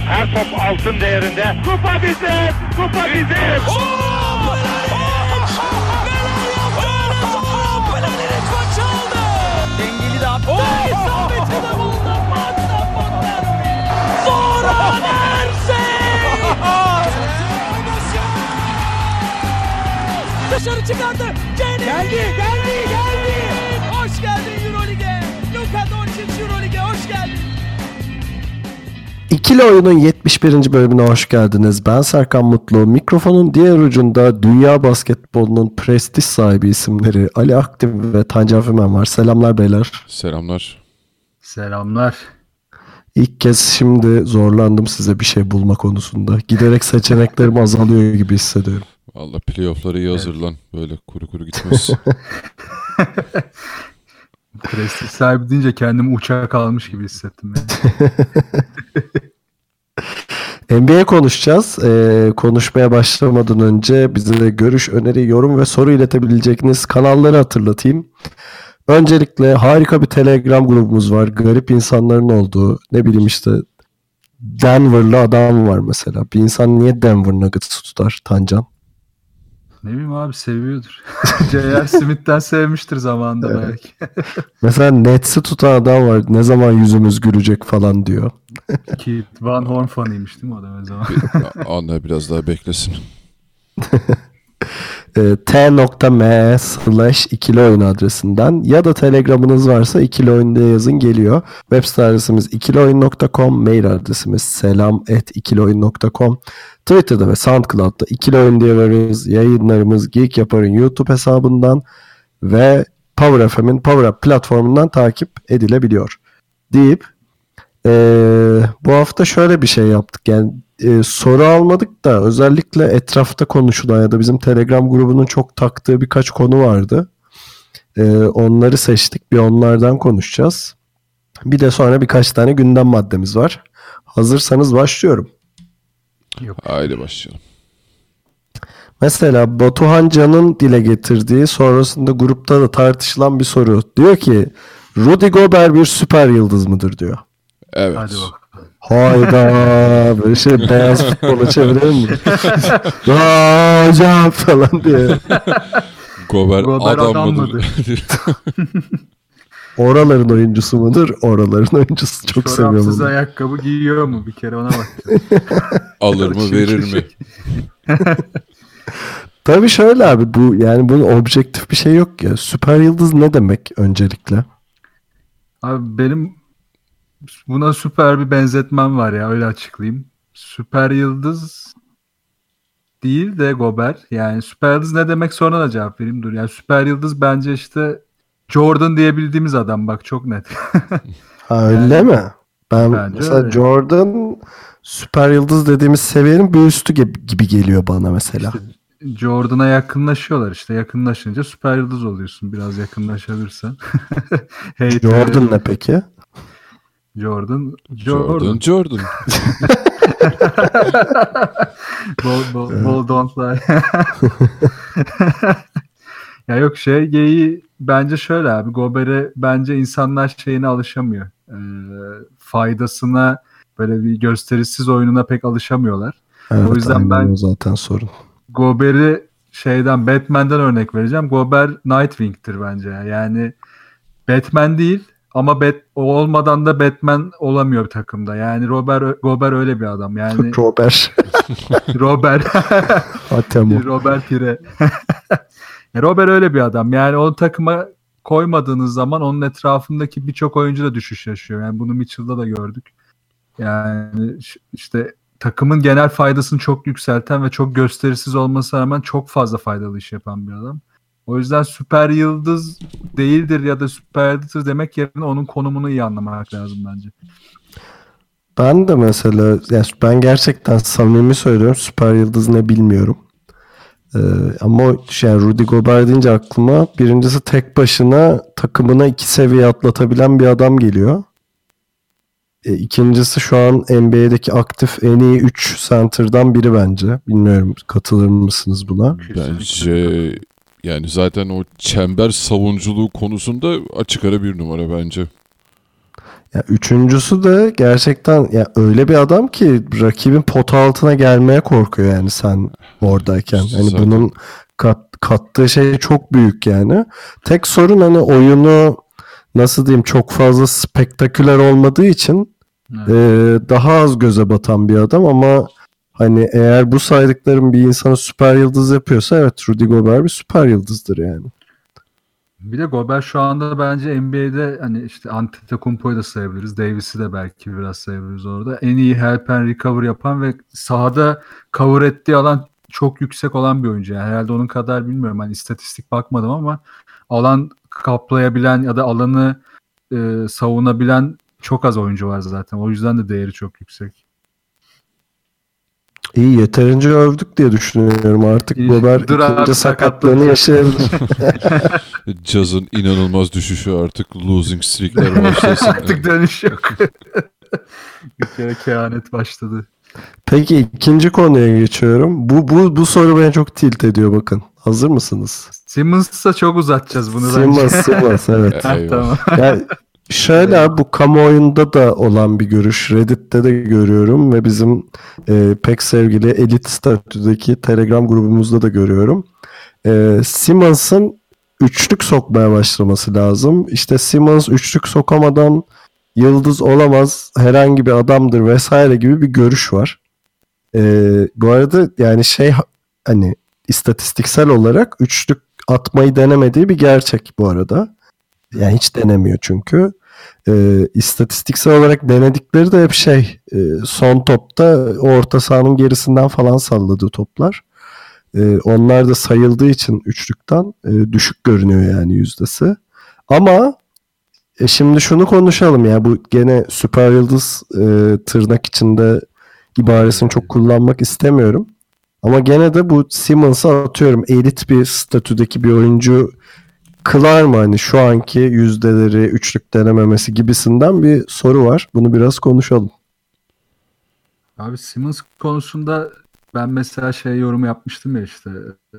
Her top altın değerinde. Kupa bizim! Kupa bizim! Dengeli de attı. İsabetine buldu. Sonra dışarı çıkardı. Geldi. Hoş geldin Euroleague'e. Luka Doncic Euroleague'e hoş geldin. İkili Oyun'un 71. bölümüne hoş geldiniz. Ben Serkan Mutlu. Mikrofonun diğer ucunda dünya basketbolunun prestij sahibi isimleri Ali Aktif ve Tancan Fümen var. Selamlar beyler. Selamlar. İlk kez şimdi zorlandım size bir şey bulma konusunda. Giderek seçeneklerim azalıyor gibi hissediyorum. Vallahi playoff'lara iyi hazırlan. Böyle kuru kuru gitmez. Prestij sahibi deyince kendimi uçağa kalmış gibi hissettim. Yani. NBA konuşacağız. Konuşmaya başlamadan önce bize görüş, öneri, yorum ve soru iletebileceğiniz kanalları hatırlatayım. Öncelikle harika bir Telegram grubumuz var. Garip insanların olduğu, ne bileyim işte Denver'lı adam var mesela. Bir insan niye Denver Nuggets tutar Tancan? Ne bileyim abi, seviyordur. J.R. Smith'ten sevmiştir zamanında Evet. belki. Mesela Nets'i tutan adam var. Ne zaman yüzümüz gülecek falan diyor. Ki Van Horn fanıymış değil mi adam o zaman? Anla biraz daha beklesin. t.me/ikili oyun adresinden ya da Telegram'ınız varsa ikili oyun diye yazın, geliyor. Web site adresimiz ikilioyun.com, mail adresimiz selam@ikilioyun.com, Twitter'da ve SoundCloud'da ikili oyun diye veririz. Yayınlarımız Geek Yapar'ın YouTube hesabından ve Power FM'in Power Up platformundan takip edilebiliyor deyip bu hafta şöyle bir şey yaptık. Yani soru almadık da özellikle etrafta konuşulan ya da bizim Telegram grubunun çok taktığı birkaç konu vardı. Onları seçtik. Bir onlardan konuşacağız. Bir de sonra birkaç tane gündem maddemiz var. Hazırsanız başlıyorum. Haydi başlayalım. Mesela Batuhan Can'ın dile getirdiği, sonrasında grupta da tartışılan bir soru. Diyor ki Rudy Gobert bir süper yıldız mıdır diyor. Evet. Hadi bakalım. Hayda, böyle şey beyaz futbola çevirelim mi? Hocam falan diye. Gobert adam mıdır? Oraların oyuncusu mudur? Oraların oyuncusu, çok seviyorum Çorapsız onu. ayakkabı giyiyor mu? Bir kere ona bak. Alır mı verir mi? Tabii şöyle abi, bu yani bunun objektif bir şey yok ya. Süper yıldız ne demek öncelikle? Abi benim buna süper bir benzetmem var ya, öyle açıklayayım. Süper yıldız değil de Gobert. Yani süper yıldız ne demek, sonra da cevap vereyim, dur. Yani süper yıldız bence işte Jordan diyebildiğimiz adam, bak çok net. Ha, öyle mi? Ben Bence mesela öyle. Jordan süper yıldız dediğimiz seviyenin bir üstü gibi geliyor bana mesela. Jordan'a yakınlaşıyorlar işte. Yakınlaşınca süper yıldız oluyorsun. Biraz yakınlaşabilirsen. Jordan ne peki? Jordan. Jordan. Bol don't lie. Ya yok, geyiği bence şöyle abi. Gobert'e bence insanlar şeyine alışamıyor. Faydasına, böyle bir gösterişsiz oyununa pek alışamıyorlar. Evet, O yüzden aynen, ben o zaten sorun. Gobert'i Batman'den örnek vereceğim. Gobert Nightwing'tir bence. Yani Batman değil ama o olmadan da Batman olamıyor bir takımda. Yani Gobert öyle bir adam. Yani Robert. Robert Atemo. Robert Pire. Robert öyle bir adam. Yani onu takıma koymadığınız zaman onun etrafındaki birçok oyuncu da düşüş yaşıyor. Yani bunu Mitchell'da da gördük. Yani işte takımın genel faydasını çok yükselten ve çok gösterişsiz olmasına rağmen çok fazla faydalı iş yapan bir adam. O yüzden süper yıldız değildir ya da süper yıldızdır demek yerine onun konumunu iyi anlamak lazım bence. Ben de mesela, yani ben gerçekten samimi söylüyorum, süper yıldız ne bilmiyorum. Ama yani Rudy Gobert deyince aklıma birincisi tek başına takımına 2 seviye atlatabilen bir adam geliyor. İkincisi şu an NBA'deki aktif en iyi 3 center'dan biri bence. Bilmiyorum, katılır mısınız buna? Bence yani zaten o çember savunuculuğu konusunda açık ara bir numara bence. Ya üçüncüsü de gerçekten ya öyle bir adam ki rakibin pot altına gelmeye korkuyor yani sen oradayken. Hani Zaten. bunun kattığı şey çok büyük yani. Tek sorun hani oyunu nasıl diyeyim çok fazla spektaküler olmadığı için daha az göze batan bir adam ama hani eğer bu saydıklarım bir insanı süper yıldız yapıyorsa evet Rudy Gobert bir süper yıldızdır yani. Bir de Gobert şu anda bence NBA'de hani işte Antetokounmpo'yu da sayabiliriz. Davis'i de belki biraz sayabiliriz orada. En iyi help and recover yapan ve sahada cover ettiği alan çok yüksek olan bir oyuncu. Yani herhalde onun kadar bilmiyorum. Hani istatistik bakmadım ama alan kaplayabilen ya da alanı savunabilen çok az oyuncu var zaten. O yüzden de değeri çok yüksek. İyi yeterince övdük diye düşünüyorum artık Gobert ikinci sakatlığını yaşayabilir. Cazın inanılmaz düşüşü artık losing streakler başlasın. Artık dönüş yok. Bir kere kehanet başladı. Peki ikinci konuya geçiyorum. Bu soru beni çok tilt ediyor bakın. Hazır mısınız? Simmons'a çok uzatacağız bunu Simmons evet. Eyvah. Tamam. Yani şöyle abi, bu kamuoyunda da olan bir görüş. Reddit'te de görüyorum ve bizim pek sevgili elit statüdeki Telegram grubumuzda da görüyorum. Simmons'ın üçlük sokmaya başlaması lazım. İşte Simmons üçlük sokamadan yıldız olamaz, herhangi bir adamdır vesaire gibi bir görüş var. Bu arada yani hani istatistiksel olarak üçlük atmayı denemediği bir gerçek bu arada. Yani hiç denemiyor çünkü. İstatistiksel olarak denedikleri de hep son topta orta sahanın gerisinden falan salladığı toplar. Onlar da sayıldığı için üçlükten düşük görünüyor yani yüzdesi. Ama şimdi şunu konuşalım ya, bu gene süper yıldız tırnak içinde ibaresini çok kullanmak istemiyorum. Ama gene de bu Simmons'a atıyorum elit bir statüdeki bir oyuncu kılar mı hani şu anki yüzdeleri üçlük denememesi gibisinden bir soru var. Bunu biraz konuşalım. Abi Simmons konusunda ben mesela yorumu yapmıştım ya işte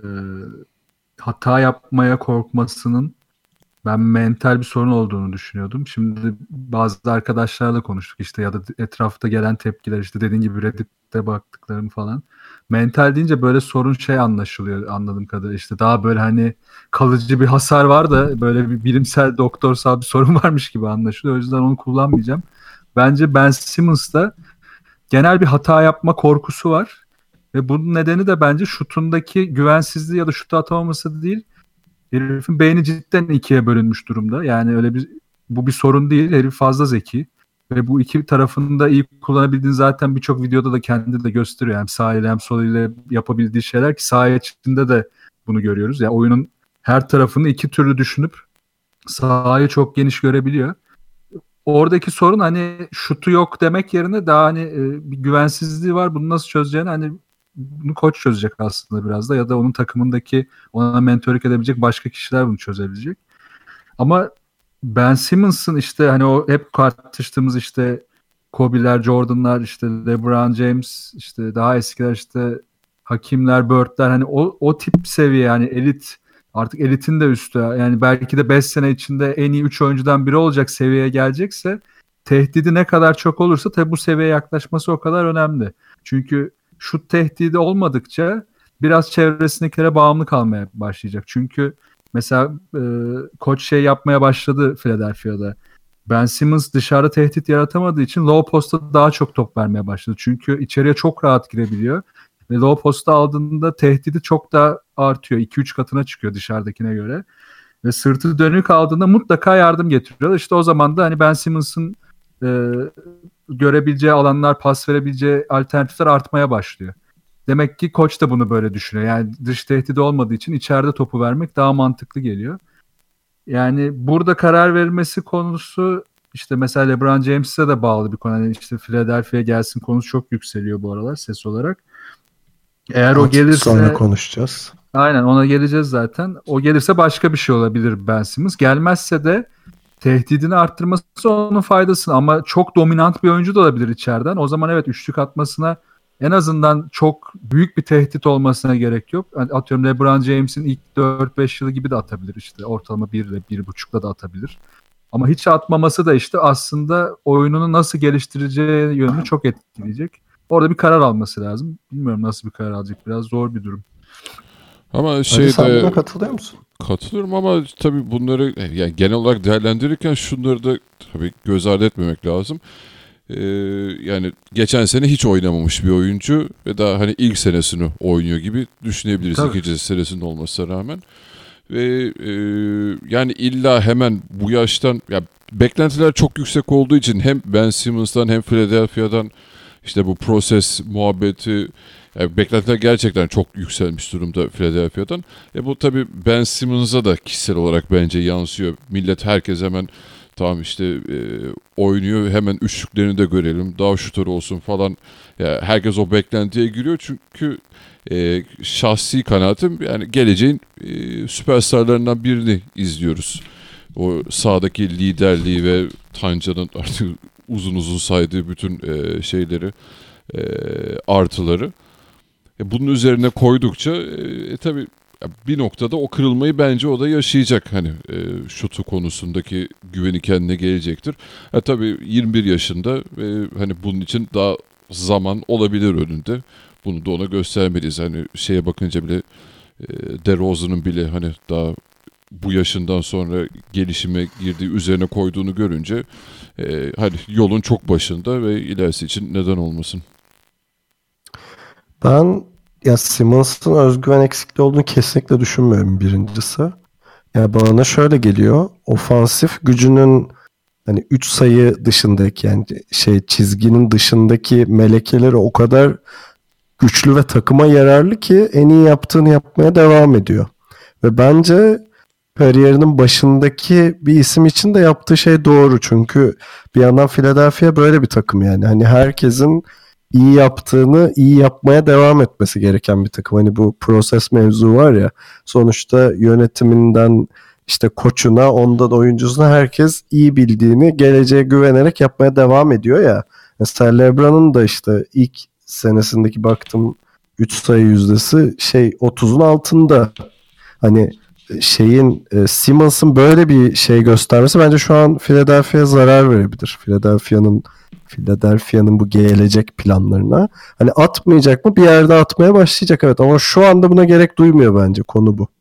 hata yapmaya korkmasının ben mental bir sorun olduğunu düşünüyordum. Şimdi bazı arkadaşlarla konuştuk işte ya da etrafta gelen tepkiler işte dediğin gibi Reddit'te baktıklarım falan. Mental deyince böyle sorun anlaşılıyor anladığım kadarıyla işte daha böyle hani kalıcı bir hasar var da böyle bir bilimsel doktorsal bir sorun varmış gibi anlaşılıyor. O yüzden onu kullanmayacağım. Bence Ben Simmons'ta genel bir hata yapma korkusu var. Ve bunun nedeni de bence şutundaki güvensizliği ya da şutu atamaması değil. Herifin beyni cidden ikiye bölünmüş durumda. Yani bu bir sorun değil. Herif fazla zeki. Ve bu iki tarafını da iyi kullanabildiğini zaten birçok videoda da kendi de gösteriyor. Yani sağ ile hem sol ile yapabildiği şeyler ki saha içinde de bunu görüyoruz. Yani oyunun her tarafını iki türlü düşünüp sahayı çok geniş görebiliyor. Oradaki sorun hani şutu yok demek yerine daha hani bir güvensizliği var. Bunu nasıl çözeceğini hani bunu koç çözecek aslında biraz da ya da onun takımındaki ona mentörlük edebilecek başka kişiler bunu çözebilecek. Ama Ben Simmons'ın işte hani o hep tartıştığımız işte Kobe'ler, Jordan'lar, işte LeBron James, işte daha eskiler işte Hakimler, Bird'ler hani o tip seviye yani elit artık elitin de üstü yani belki de 5 sene içinde en iyi 3 oyuncudan biri olacak seviyeye gelecekse tehdidi ne kadar çok olursa tabii bu seviyeye yaklaşması o kadar önemli. Çünkü şut tehdidi olmadıkça biraz çevresindekilere bağımlı kalmaya başlayacak. Çünkü mesela koç yapmaya başladı Philadelphia'da. Ben Simmons dışarıda tehdit yaratamadığı için low post'a daha çok top vermeye başladı. Çünkü içeriye çok rahat girebiliyor. Ve low post'a aldığında tehdidi çok daha artıyor. 2-3 katına çıkıyor dışarıdakine göre. Ve sırtı dönük aldığında mutlaka yardım getiriyor. İşte o zaman da hani Ben Simmons'ın görebileceği alanlar, pas verebileceği alternatifler artmaya başlıyor. Demek ki koç da bunu böyle düşünüyor. Yani dış tehdidi olmadığı için içeride topu vermek daha mantıklı geliyor. Yani burada karar verilmesi konusu işte mesela LeBron James'e de bağlı bir konu. Yani işte Philadelphia'ya gelsin konusu çok yükseliyor bu aralar ses olarak. Eğer o gelirse sonra konuşacağız. Aynen ona geleceğiz zaten. O gelirse başka bir şey olabilir Ben Simmons. Gelmezse de tehdidini arttırması onun faydasına ama çok dominant bir oyuncu da olabilir içeriden. O zaman evet üçlük atmasına en azından çok büyük bir tehdit olmasına gerek yok. Yani atıyorum LeBron James'in ilk 4-5 yılı gibi de atabilir işte. Ortalama 1 ile 1.5'la da atabilir. Ama hiç atmaması da işte aslında oyununu nasıl geliştireceği yönünü çok etkileyecek. Orada bir karar alması lazım. Bilmiyorum nasıl bir karar alacak. Biraz zor bir durum. Ama Ali, sen şeyde buna katılıyor musun? katılıyorum ama tabii bunları yani genel olarak değerlendirirken şunları da tabii göz ardı etmemek lazım. Yani geçen sene hiç oynamamış bir oyuncu ve daha hani ilk senesini oynuyor gibi düşünebiliriz. Tabii. İkinci senesinin olmasına rağmen. Ve yani illa hemen bu yaştan ya beklentiler çok yüksek olduğu için hem Ben Simmons'tan hem Philadelphia'dan işte bu proses muhabbeti yani beklentiler gerçekten çok yükselmiş durumda Philadelphia'dan. Bu tabii Ben Simmons'a da kişisel olarak bence yansıyor. Millet herkes hemen tamam işte oynuyor hemen üçlüklerini de görelim daha şutör olsun falan. Ya herkes o beklentiye giriyor çünkü şahsi kanaatim yani geleceğin süperstarlarından birini izliyoruz. O sahadaki liderliği ve Tanca'nın artık uzun uzun saydığı bütün şeyleri artıları. Bunun üzerine koydukça tabii bir noktada o kırılmayı bence o da yaşayacak. Hani şutu konusundaki güveni kendine gelecektir. Tabii 21 yaşında hani bunun için daha zaman olabilir önünde. Bunu da ona göstermeliyiz. Hani şeye bakınca bile DeRozan'ın bile hani daha bu yaşından sonra gelişime girdiği üzerine koyduğunu görünce hani yolun çok başında ve ilerisi için neden olmasın. Ben ya Simmons'ın özgüven eksikliği olduğunu kesinlikle düşünmüyorum birincisi. Ya bana şöyle geliyor. Ofansif gücünün hani 3 sayı dışındaki yani çizginin dışındaki melekeleri o kadar güçlü ve takıma yararlı ki en iyi yaptığını yapmaya devam ediyor. Ve bence kariyerinin başındaki bir isim için de yaptığı şey doğru. Çünkü bir yandan Philadelphia böyle bir takım yani. Hani herkesin iyi yaptığını iyi yapmaya devam etmesi gereken bir takım. Hani bu proses mevzu var ya. Sonuçta yönetiminden işte koçuna, ondan oyuncusuna herkes iyi bildiğini geleceğe güvenerek yapmaya devam ediyor ya. Mesela LeBron'un da işte ilk senesindeki baktım 3 sayı yüzdesi 30'un altında. Hani Simmons'ın böyle bir şey göstermesi bence şu an Philadelphia'ya zarar verebilir. Philadelphia'nın bu gelecek planlarına. Hani atmayacak mı? Bir yerde atmaya başlayacak evet ama şu anda buna gerek duymuyor bence konu bu.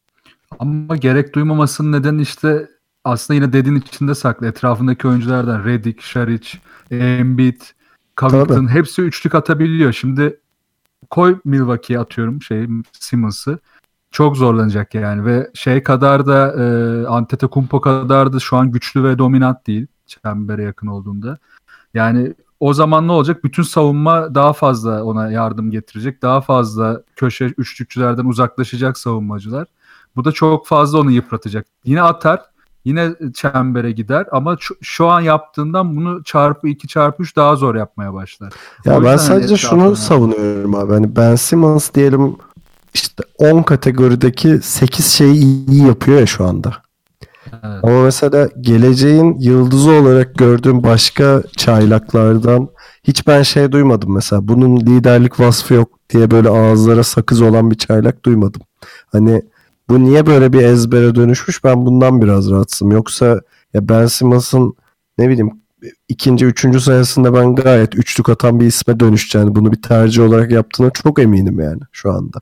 Ama gerek duymamasının nedeni işte aslında yine dediğin içinde saklı. Etrafındaki oyunculardan Redick, Šarić, Embiid, Covington hepsi üçlük atabiliyor. Şimdi koy Milwaukee'ye atıyorum Simmons'ı. Çok zorlanacak yani ve kadar da Antetokounmpo kadar da şu an güçlü ve dominant değil çembere yakın olduğunda. Yani o zaman ne olacak? Bütün savunma daha fazla ona yardım getirecek. Daha fazla köşe üçlükçülerden uzaklaşacak savunmacılar. Bu da çok fazla onu yıpratacak. Yine atar, yine çembere gider ama şu an yaptığından bunu çarpı 2 çarpı 3 daha zor yapmaya başlar. Ya ben sadece şunu savunuyorum abi. Hani Ben Simmons diyelim işte 10 kategorideki 8 şeyi iyi yapıyor ya şu anda. Evet. Ama mesela geleceğin yıldızı olarak gördüğüm başka çaylaklardan hiç ben duymadım mesela. Bunun liderlik vasfı yok diye böyle ağızlara sakız olan bir çaylak duymadım. Hani bu niye böyle bir ezbere dönüşmüş ben bundan biraz rahatsızım. Yoksa ya Ben Simmons'ın ne bileyim ikinci, üçüncü senesinde ben gayet üçlük atan bir isme dönüşeceğini bunu bir tercih olarak yaptığına çok eminim yani şu anda.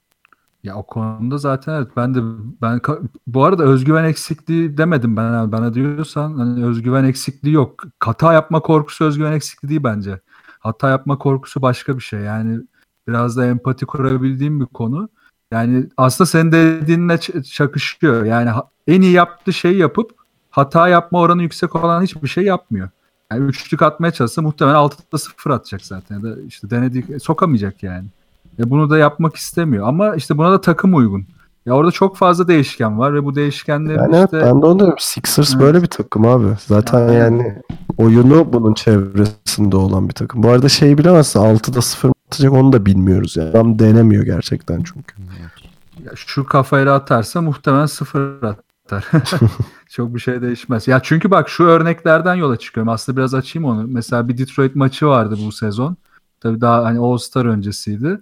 Ya o konuda zaten evet ben bu arada özgüven eksikliği demedim ben bana diyorsan hani özgüven eksikliği yok. Hata yapma korkusu özgüven eksikliği değil bence. Hata yapma korkusu başka bir şey. Yani biraz da empati kurabildiğim bir konu. Yani aslında senin dediğinle çakışıyor. Yani en iyi yaptığı şeyi yapıp hata yapma oranı yüksek olan hiçbir şey yapmıyor. Yani üçlük atmaya çalışsa muhtemelen 6'da 0 atacak zaten. Ya da işte denediği sokamayacak yani. Bunu da yapmak istemiyor. Ama işte buna da takım uygun. Ya orada çok fazla değişken var ve bu değişkenlerin yani işte... ben de onu diyorum. Sixers böyle bir takım abi. Zaten yani oyunu bunun çevresinde olan bir takım. Bu arada bilemezsin 6'da 0 atacak onu da bilmiyoruz yani. Adam denemiyor gerçekten çünkü. Ya şu kafayla atarsa muhtemelen 0 atar. Çok bir şey değişmez. Ya çünkü bak şu örneklerden yola çıkıyorum. Aslında biraz açayım onu. Mesela bir Detroit maçı vardı bu sezon. Tabii daha hani All-Star öncesiydi.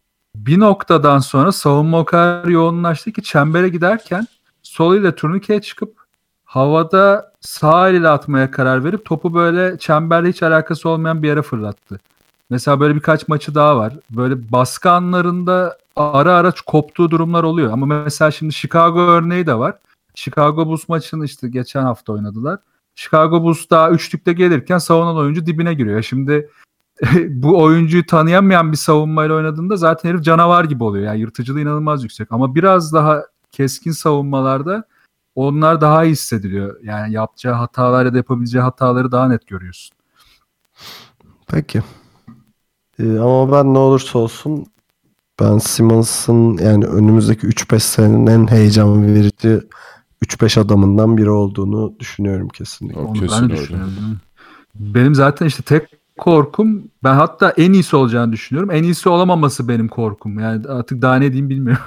Bir noktadan sonra savunma o kadar yoğunlaştı ki çembere giderken soluyla turnikeye çıkıp havada sağ eliyle atmaya karar verip topu böyle çemberle hiç alakası olmayan bir yere fırlattı. Mesela böyle birkaç maçı daha var. Böyle baskı anlarında ara ara koptuğu durumlar oluyor. Ama mesela şimdi Chicago örneği de var. Chicago Bulls maçını işte geçen hafta oynadılar. Chicago Bulls daha üçlükte gelirken savunan oyuncu dibine giriyor. Şimdi bu oyuncuyu tanıyamayan bir savunmayla oynadığında zaten herif canavar gibi oluyor. Yani yırtıcılığı inanılmaz yüksek. Ama biraz daha keskin savunmalarda onlar daha iyi hissediliyor. Yani yapacağı hatalar ya da yapabileceği hataları daha net görüyorsun. Peki. Ama ben ne olursa olsun ben Simmons'ın yani önümüzdeki 3-5 senenin en heyecan verici 3-5 adamından biri olduğunu düşünüyorum kesinlikle. Onu Kesin ben de öyle. düşünüyorum. Benim zaten işte tek korkum, ben hatta en iyisi olacağını düşünüyorum. En iyisi olamaması benim korkum. Yani artık daha ne diyeyim bilmiyorum.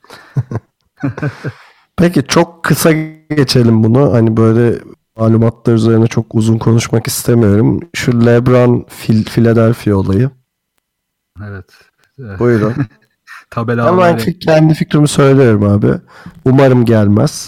Peki çok kısa geçelim bunu. Hani böyle malumatlar üzerine çok uzun konuşmak istemiyorum. Şu LeBron Philadelphia olayı. Evet. Buyurun. Tabela Hemen haberleri. kendi fikrimi söylüyorum abi. Umarım gelmez.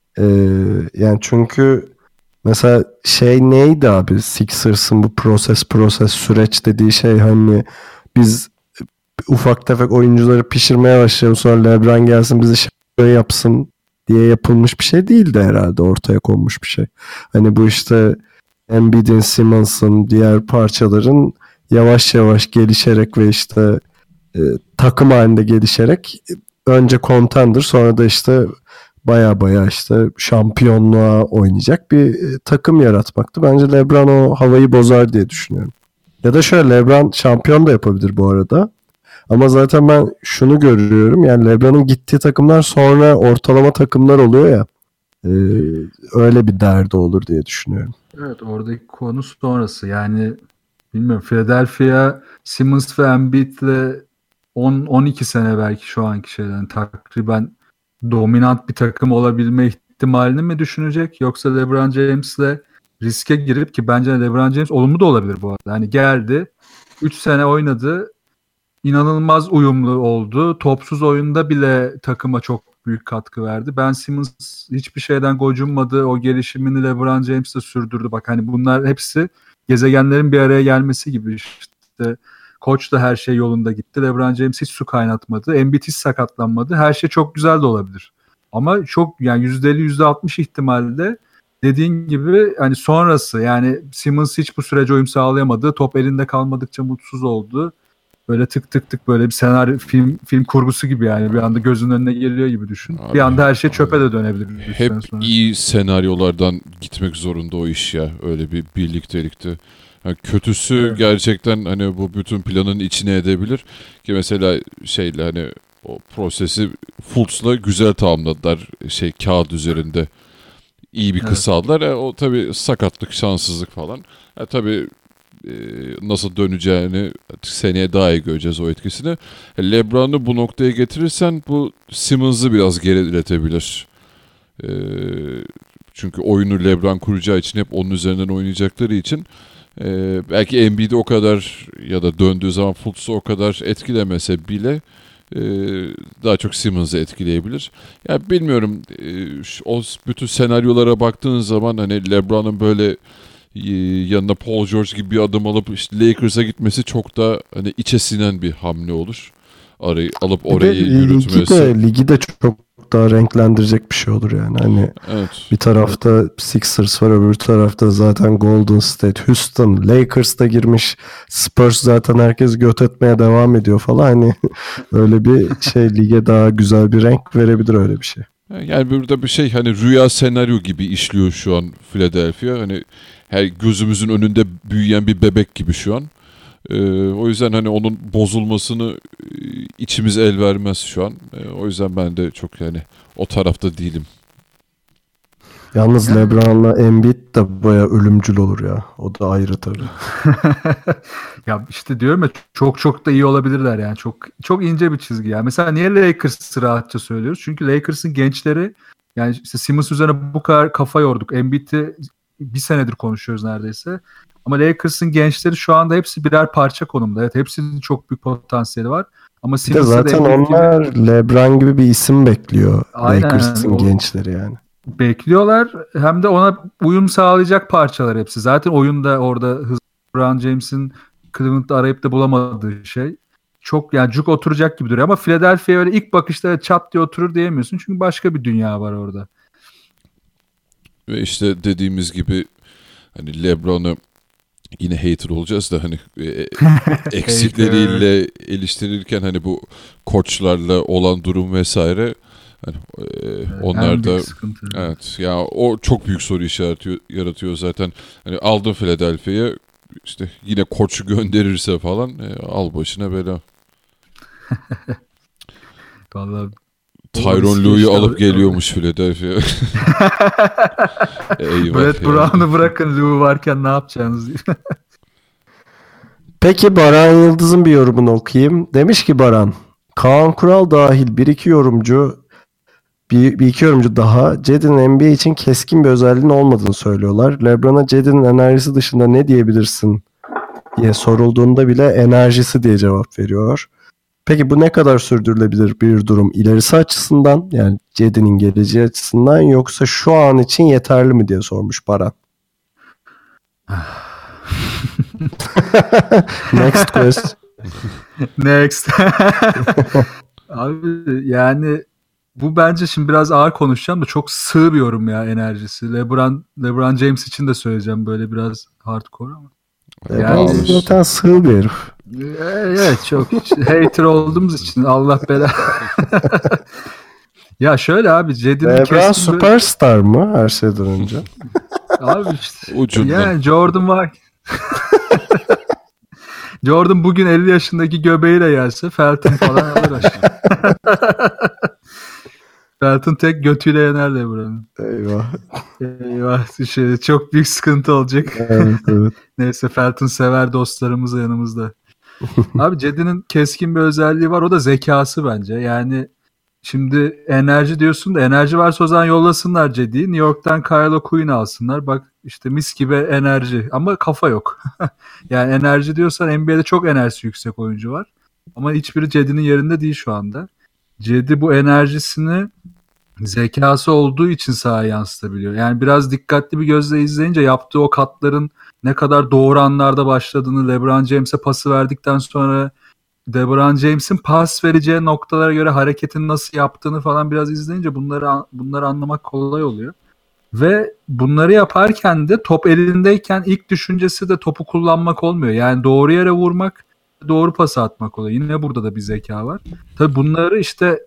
Yani çünkü mesela şey neydi abi? Sixers'ın bu proses süreç dediği şey, hani biz ufak tefek oyuncuları pişirmeye başlayalım, sonra LeBron gelsin bizi şampiyon yapsın diye yapılmış bir şey değildi herhalde, ortaya konmuş bir şey. Hani bu işte Embiid'in, Simmons'ın, diğer parçaların yavaş yavaş gelişerek ve işte takım halinde gelişerek önce contender, sonra da işte baya işte şampiyonluğa oynayacak bir takım yaratmaktı. Bence LeBron o havayı bozar diye düşünüyorum. Ya da şöyle, LeBron şampiyon da yapabilir bu arada. Ama zaten ben şunu görüyorum, yani LeBron'un gittiği takımlar sonra ortalama takımlar oluyor ya. Öyle bir derdi olur diye düşünüyorum. Evet, oradaki konu sonrası. Yani bilmiyorum, Philadelphia Simmons ve Embiid'le 10-12 sene belki şu anki şeyden takriben dominant bir takım olabilme ihtimalini mi düşünecek, yoksa LeBron James'le riske girip, ki bence LeBron James olumlu da olabilir bu arada. Hani geldi 3 sene oynadı, inanılmaz uyumlu oldu. Topsuz oyunda bile takıma çok büyük katkı verdi. Ben Simmons hiçbir şeyden gocunmadı. O gelişimini LeBron James de sürdürdü. Bak hani bunlar hepsi gezegenlerin bir araya gelmesi gibi işte. Koç da her şey yolunda gitti. LeBron James hiç su kaynatmadı. Embiid hiç sakatlanmadı. Her şey çok güzel de olabilir. Ama çok, yani %50 %60 ihtimalle dediğin gibi hani sonrası, yani Simmons hiç bu sürece uyum sağlayamadı. Top elinde kalmadıkça mutsuz oldu. Böyle tık tık tık, böyle bir senaryo film kurgusu gibi, yani bir anda gözünün önüne geliyor gibi düşün. Abi, bir anda her şey çöpe de dönebilir. Hep iyi senaryolardan gitmek zorunda o iş ya. Öyle bir birliktelikte. Yani kötüsü Evet. gerçekten hani bu bütün planın içine edebilir. Ki mesela şeyle hani o prosesi Fultz'la güzel tamamladılar, kağıt üzerinde. İyi bir kız aldılar. O tabii sakatlık, şanssızlık falan. Tabii nasıl döneceğini seneye daha iyi göreceğiz, o etkisini. LeBron'u bu noktaya getirirsen bu Simmons'ı biraz geriletebilir. Çünkü oyunu LeBron kuracağı için, hep onun üzerinden oynayacakları için belki Embiid'i o kadar ya da döndüğü zaman Fultz'u o kadar etkilemese bile daha çok Simmons'ı etkileyebilir. Ya bilmiyorum, o bütün senaryolara baktığın zaman hani LeBron'un böyle yanına Paul George gibi bir adım alıp işte Lakers'a gitmesi çok da hani içe sinen bir hamle olur. Alıp orayı yürütmesi. Ligi de çok daha renklendirecek bir şey olur yani. Hani Evet. bir tarafta Sixers var, öbür tarafta zaten Golden State, Houston, Lakers da girmiş. Spurs zaten herkes göt etmeye devam ediyor falan. Hani öyle bir şey lige daha güzel bir renk verebilir öyle bir şey. Yani burada bir şey, hani rüya senaryo gibi işliyor şu an Philadelphia. Hani her gözümüzün önünde büyüyen bir bebek gibi şu an. O yüzden hani onun bozulmasını içimiz el vermez şu an. O yüzden ben de çok yani o tarafta değilim. Yalnız LeBron'la Embiid de bayağı ölümcül olur ya. O da ayrı tabii. Ya işte diyorum ya, çok da iyi olabilirler yani. Çok ince bir çizgi ya. Mesela niye Lakers'ı rahatça söylüyoruz? Çünkü Lakers'ın gençleri, yani işte Simmons üzerine bu kadar kafa yorduk. Embiid'i bir senedir konuşuyoruz neredeyse. Ama Lakers'ın gençleri şu anda hepsi birer parça konumda. Evet, hepsinin çok büyük potansiyeli var. Ama Bir de zaten onlar LeBron gibi bir isim bekliyor. Aynen. Lakers'ın gençleri yani. bekliyorlar hem de ona uyum sağlayacak parçalar hepsi. Zaten oyunda orada LeBron James'in Cleveland'da arayıp da bulamadığı şey. Çok yani cuk oturacak gibi duruyor ama Philadelphia öyle ilk bakışta çat diye oturur diyemiyorsun. Çünkü başka bir dünya var orada. Ve işte dediğimiz gibi hani LeBron'u yine hater olacağız da hani eksikleriyle eleştirirken hani bu koçlarla olan durum vesaire hani, onlar da evet ya o çok büyük soru işareti yaratıyor zaten. Hani aldın Philadelphia'ya işte yine koçu gönderirse falan al başına bela. Vallahi Tyronn Lue'yu alıp geliyormuş Philadelphia. Eyvah. Brett Brown'u bırakın, Lue varken ne yapacağınız diye. Peki Baran Yıldız'ın bir yorumunu okuyayım. Demiş ki Baran, Kaan Kural dahil bir iki yorumcu daha Cedi'nin NBA için keskin bir özelliğinin olmadığını söylüyorlar. LeBron'a Cedi'nin enerjisi dışında ne diyebilirsin diye sorulduğunda bile enerjisi diye cevap veriyor. Peki bu ne kadar sürdürülebilir bir durum ilerisi açısından, yani Cedi'nin geleceği açısından, yoksa şu an için yeterli mi diye sormuş Baran. Next question. Next. Abi yani bu bence şimdi biraz ağır konuşacağım da çok sığ bir yorum ya enerjisi. LeBron James için de söyleyeceğim böyle biraz hardcore ama. Yani zaten sığ bir herif. Evet çok hater olduğumuz için Allah bela. Ya şöyle abi Cedi'nin LeBron süperstar mı her şeyden önce? Abi işte. Ucundan. Yani Jordan var. Jordan bugün 50 yaşındaki göbeğiyle gelse Felton falan alır aşağı. Felton tek götüyle yener LeBron'u. Eyvah. Eyvah. Çok büyük sıkıntı olacak. Evet. Neyse Felton sever dostlarımız da yanımızda. Abi Cedi'nin keskin bir özelliği var. O da zekası bence. Yani şimdi enerji diyorsun da enerji varsa o zaman yollasınlar Cedi'yi. New York'tan Kylo Quinn alsınlar. Bak işte mis gibi enerji ama kafa yok. Yani enerji diyorsan NBA'de çok enerjisi yüksek oyuncu var. Ama hiçbiri Cedi'nin yerinde değil şu anda. Cedi bu enerjisini zekası olduğu için sahaya yansıtabiliyor. Yani biraz dikkatli bir gözle izleyince yaptığı o katların ne kadar doğru anlarda başladığını, LeBron James'e pası verdikten sonra LeBron James'in pas vereceği noktalara göre hareketini nasıl yaptığını falan biraz izleyince bunları anlamak kolay oluyor. Ve bunları yaparken de top elindeyken ilk düşüncesi de topu kullanmak olmuyor. Yani doğru yere vurmak, doğru pası atmak oluyor. Yine burada da bir zeka var. Tabii bunları işte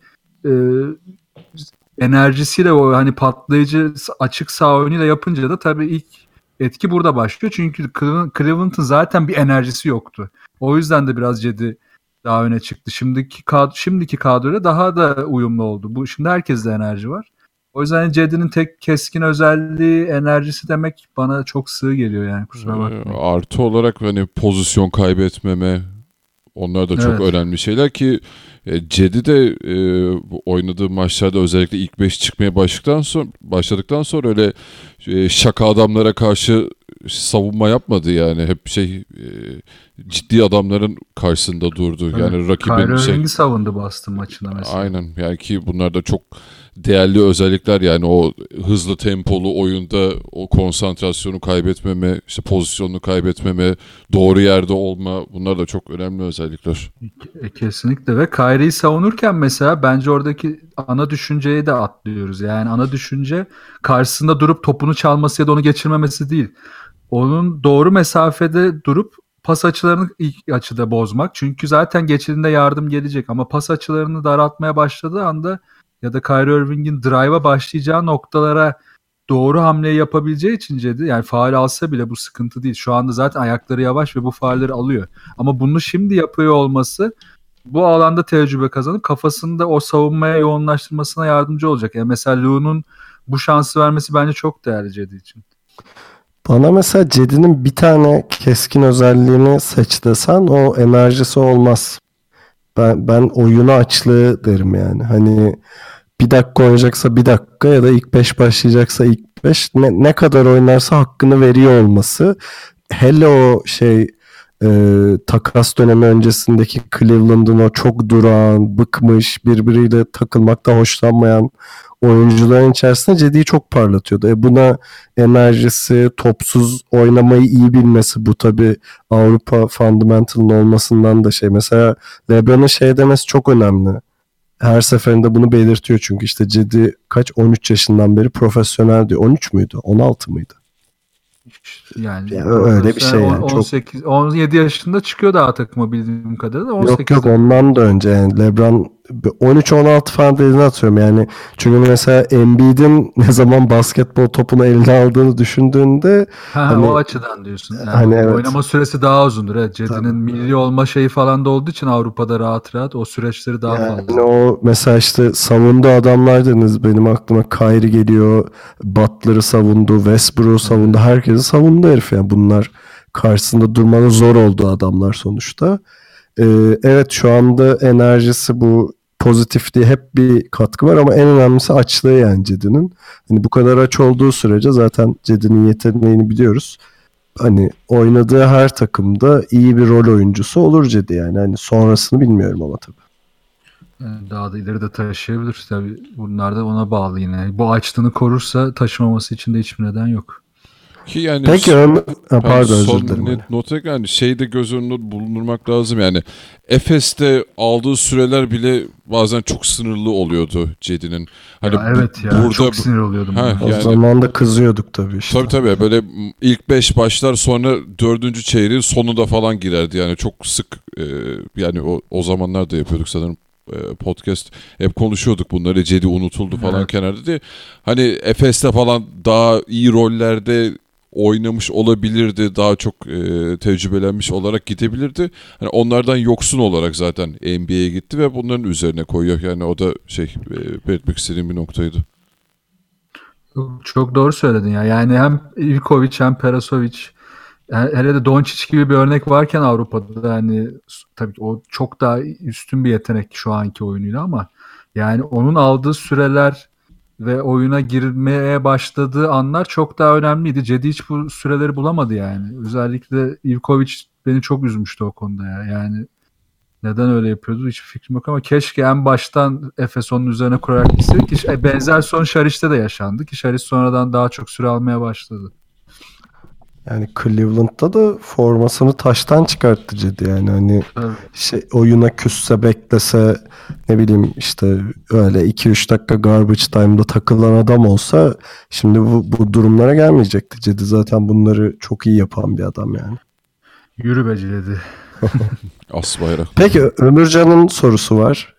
enerjisiyle o hani patlayıcı açık sağ oyunuyla yapınca da tabii ilk etki burada başlıyor. Çünkü Cleveland'ın zaten bir enerjisi yoktu. O yüzden de biraz Cedi daha öne çıktı. Şimdiki kadroyla daha da uyumlu oldu. Şimdi herkeste enerji var. O yüzden Cedi'nin tek keskin özelliği enerjisi demek bana çok sığ geliyor yani, kusura bakmayın. Artı olarak hani pozisyon kaybetmeme, onlar da çok önemli şeyler ki Cedi de oynadığı maçlarda özellikle ilk 5 çıkmaya başladıktan sonra öyle şaka adamlara karşı savunma yapmadı yani. Hep ciddi adamların karşısında durdu. Yani rakibin Kyrie Irving'i savundu Boston maçında mesela. Aynen. Yani ki bunlar da çok değerli özellikler yani, o hızlı tempolu oyunda o konsantrasyonu kaybetmeme, işte pozisyonunu kaybetmeme, doğru yerde olma, bunlar da çok önemli özellikler. Kesinlikle ve Kyrie'yi savunurken mesela bence oradaki ana düşünceyi de atlıyoruz. Yani ana düşünce karşısında durup topunu çalması ya da onu geçirmemesi değil. Onun doğru mesafede durup pas açılarını ilk açıda bozmak. Çünkü zaten geçildiğinde yardım gelecek ama pas açılarını daraltmaya başladığı anda ya da Kyrie Irving'in drive'a başlayacağı noktalara doğru hamleyi yapabileceği için Cedi, yani faul alsa bile bu sıkıntı değil. Şu anda zaten ayakları yavaş ve bu faulleri alıyor. Ama bunu şimdi yapıyor olması bu alanda tecrübe kazanıp kafasında o savunmaya yoğunlaştırmasına yardımcı olacak. Yani mesela Lu'nun bu şansı vermesi bence çok değerli Cedi için. Bana mesela Cedi'nin bir tane keskin özelliğini seç desen o enerjisi olmaz. Ben oyunu açlığı derim yani. Hani bir dakika oynayacaksa bir dakika ya da ilk 5 başlayacaksa ilk 5 ne kadar oynarsa hakkını veriyor olması. Hele o takas dönemi öncesindeki Cleveland'ın o çok duran, bıkmış, birbiriyle takılmakta hoşlanmayan oyuncuların içerisinde Cedi'yi çok parlatıyordu. Buna enerjisi, topsuz oynamayı iyi bilmesi, bu tabii Avrupa fundamental'ın olmasından da mesela LeBron'un demesi çok önemli. Her seferinde bunu belirtiyor çünkü işte Cedi 13 yaşından beri profesyonel diyor. 13 müydü? 16 mıydı? Yani öyle bir şey yani. 18, 17 yaşında çıkıyor daha takıma bildiğim kadarıyla. 18 Yok ondan da önce yani LeBron 13-16 falan dediğini atıyorum yani. Çünkü mesela Embiid'in ne zaman basketbol topunu eline aldığını düşündüğünde o açıdan diyorsun. Yani evet. Oynama süresi daha uzundur. Evet, Cedi'nin milli olma şeyi falan da olduğu için Avrupa'da rahat o süreçleri daha fazla. Yani o mesela işte savunduğu adamlar dediniz, benim aklıma Kyrie geliyor, Butler'ı savundu, Westbrook'u savundu, herkesi savundu herif yani. Bunlar karşısında durmanın zor olduğu adamlar sonuçta. Evet, şu anda enerjisi, bu pozitifliği hep bir katkı var ama en önemlisi açlığı yani Cedi'nin. Hani bu kadar aç olduğu sürece zaten Cedi'nin yeteneğini biliyoruz. Hani oynadığı her takımda iyi bir rol oyuncusu olur Cedi yani. Hani sonrasını bilmiyorum ama tabii. Yani daha da ileride taşıyabilir tabii. Bunlar da ona bağlı yine. Bu açlığını korursa taşımaması için de hiçbir neden yok. Ki yani peki pardon, özür son dilerim. nota yani şeyde göz önünde bulundurmak lazım yani. Efes'te aldığı süreler bile bazen çok sınırlı oluyordu Cedi'nin. Hani evet ya, burada çok sinir oluyordum. O zaman da kızıyorduk tabii işte. Tabii böyle ilk 5 başlar, sonra 4. çeyreğin sonunda falan girerdi yani çok sık yani o zamanlar da yapıyorduk sanırım. Podcast hep konuşuyorduk bunları, Cedi unutuldu falan kenarda diye. Hani Efes'te falan daha iyi rollerde oynamış olabilirdi, daha çok tecrübelenmiş olarak gidebilirdi. Hani onlardan yoksun olarak zaten NBA'ye gitti ve bunların üzerine koyuyor. Yani o da belirtmek istediğim bir noktaydı. Çok doğru söyledin ya. Yani hem Ivkovic hem Perasovic, hele de Doncic gibi bir örnek varken Avrupa'da, hani tabii ki o çok daha üstün bir yetenek şu anki oyunuyla ama yani onun aldığı süreler ve oyuna girmeye başladığı anlar çok daha önemliydi. Cedi hiç bu süreleri bulamadı yani. Özellikle Ivkovic beni çok üzmüştü o konuda ya. Yani neden öyle yapıyordu hiçbir fikrim yok ama keşke en baştan Efes onun üzerine kurarak gitseydik ki benzer son Şariç'te de yaşandı ki Şariç sonradan daha çok süre almaya başladı. Yani Cleveland'da da formasını taştan çıkarttı Cedi yani. Hani oyuna küsse, beklese, ne bileyim işte öyle 2-3 dakika garbage time'da takılan adam olsa şimdi bu durumlara gelmeyecekti. Cedi zaten bunları çok iyi yapan bir adam yani. Yürü be Cedi. As bayrak. Peki Ömürcan'ın sorusu var.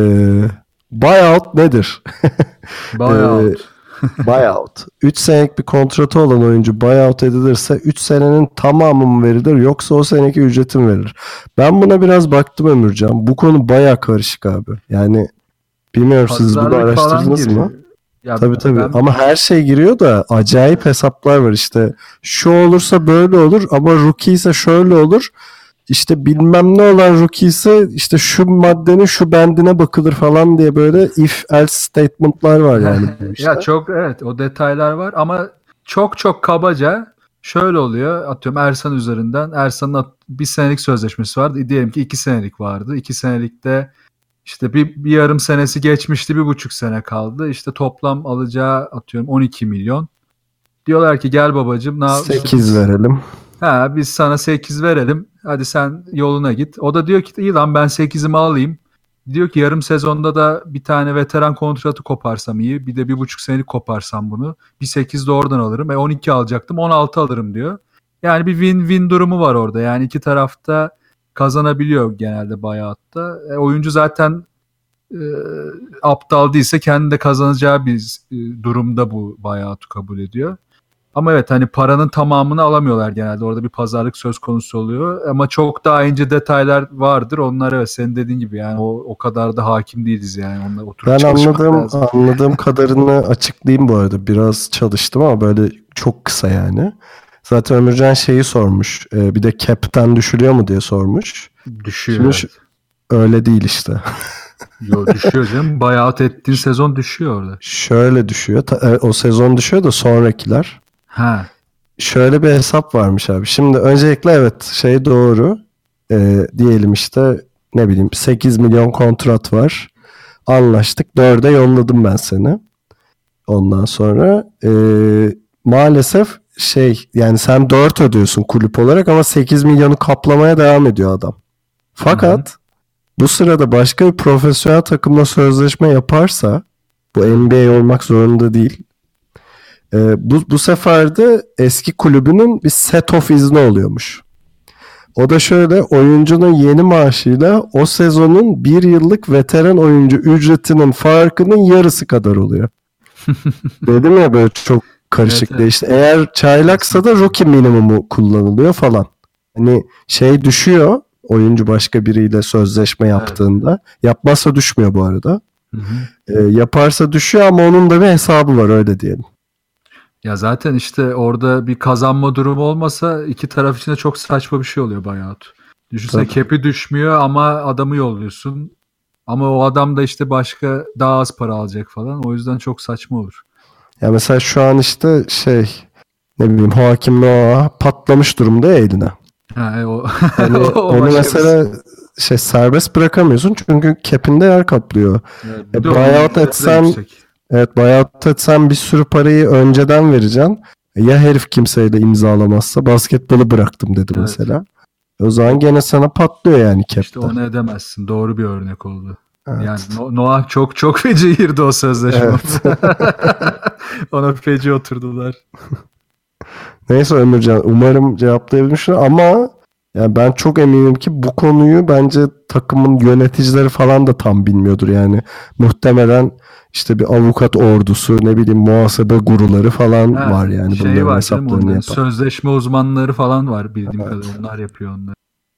Buyout nedir? Buyout. Buyout. 3 senelik bir kontratı olan oyuncu buyout edilirse 3 senenin tamamı mı verilir yoksa o seneki ücreti mi verilir? Ben buna biraz baktım Ömürcan. Bu konu bayağı karışık abi. Yani bilmiyorum, siz bunu araştırdınız mı? Ya tabii. Ama her şey giriyor da acayip hesaplar var işte. Şu olursa böyle olur ama rookie ise şöyle olur. İşte bilmem ne olan rookie ise işte şu maddenin şu bendine bakılır falan diye böyle if else statement'lar var yani. Işte. Ya çok, evet, o detaylar var ama çok kabaca şöyle oluyor. Atıyorum Ersan üzerinden. Ersan'ın bir senelik sözleşmesi vardı. Diyelim ki 2 senelik vardı. 2 senelikte işte bir yarım senesi geçmişti. 1,5 sene kaldı. İşte toplam alacağı atıyorum 12 milyon. Diyorlar ki gel babacığım. 8 verelim. Biz sana 8 verelim. Hadi sen yoluna git. O da diyor ki iyi lan ben 8'imi alayım. Diyor ki yarım sezonda da bir tane veteran kontratı koparsam iyi. Bir de 1,5 senelik koparsam bunu. Bir 8 de oradan alırım. 12 alacaktım 16 alırım diyor. Yani bir win-win durumu var orada. Yani iki tarafta kazanabiliyor genelde buyout'ta. Oyuncu zaten aptal değilse kendi de kazanacağı bir durumda bu buyout'u kabul ediyor. Ama evet, hani paranın tamamını alamıyorlar genelde. Orada bir pazarlık söz konusu oluyor. Ama çok daha ince detaylar vardır. Onlar evet senin dediğin gibi yani o kadar da hakim değiliz yani. Onunla oturup ben anladığım kadarını açıklayayım bu arada. Biraz çalıştım ama böyle çok kısa yani. Zaten Ömürcan şeyi sormuş. Bir de cap'ten düşürüyor mu diye sormuş. Düşüyor. Şimdi öyle değil işte. Yo, düşüyor canım. Buyout ettiğin sezon düşüyor orada. Şöyle düşüyor. O sezon düşüyor da sonrakiler. Şöyle bir hesap varmış abi. Şimdi öncelikle evet doğru. Diyelim işte ne bileyim 8 milyon kontrat var. Anlaştık. 4'e yolladım ben seni. Ondan sonra maalesef yani sen 4 ödüyorsun kulüp olarak ama 8 milyonu kaplamaya devam ediyor adam. Fakat bu sırada başka bir profesyonel takımla sözleşme yaparsa, bu NBA olmak zorunda değil. Bu sefer de eski kulübünün bir set off izni oluyormuş. O da şöyle, oyuncunun yeni maaşıyla o sezonun 1 yıllık veteran oyuncu ücretinin farkının yarısı kadar oluyor. Dedim ya böyle çok karışık Evet. işte. Eğer çaylaksa da rookie minimumu kullanılıyor falan. Hani düşüyor oyuncu başka biriyle sözleşme yaptığında. Yapmazsa düşmüyor bu arada. Yaparsa düşüyor ama onun da bir hesabı var, öyle diyelim. Ya zaten işte orada bir kazanma durumu olmasa iki taraf için de çok saçma bir şey oluyor buyout. Düşünsene, Tabii. cap'i düşmüyor ama adamı yolluyorsun. Ama o adam da işte başka daha az para alacak falan. O yüzden çok saçma olur. Ya mesela şu an işte ne bileyim Hakim Noah patlamış durumda ya eline. O, Hani onu mesela serbest bırakamıyorsun çünkü cap'inde yer kaplıyor. Buyout etsen, buyout etsen bir sürü parayı önceden vereceksin. Ya herif kimseyle imzalamazsa, basketbolu bıraktım dedi mesela. O zaman gene sana patlıyor yani cap'te. İşte onu edemezsin. Doğru bir örnek oldu. Evet. Yani Noah çok feci girdi o sözleşme. Evet. Ona feci oturdular. Neyse Ömürcan, umarım cevaplayabilmişsin ama yani ben çok eminim ki bu konuyu bence takımın yöneticileri falan da tam bilmiyordur yani. Muhtemelen işte bir avukat ordusu, ne bileyim muhasebe guruları falan var yani bunların var, hesaplarını yapan. Sözleşme uzmanları falan var bildiğim kadarıyla. Onlar yapıyor onları.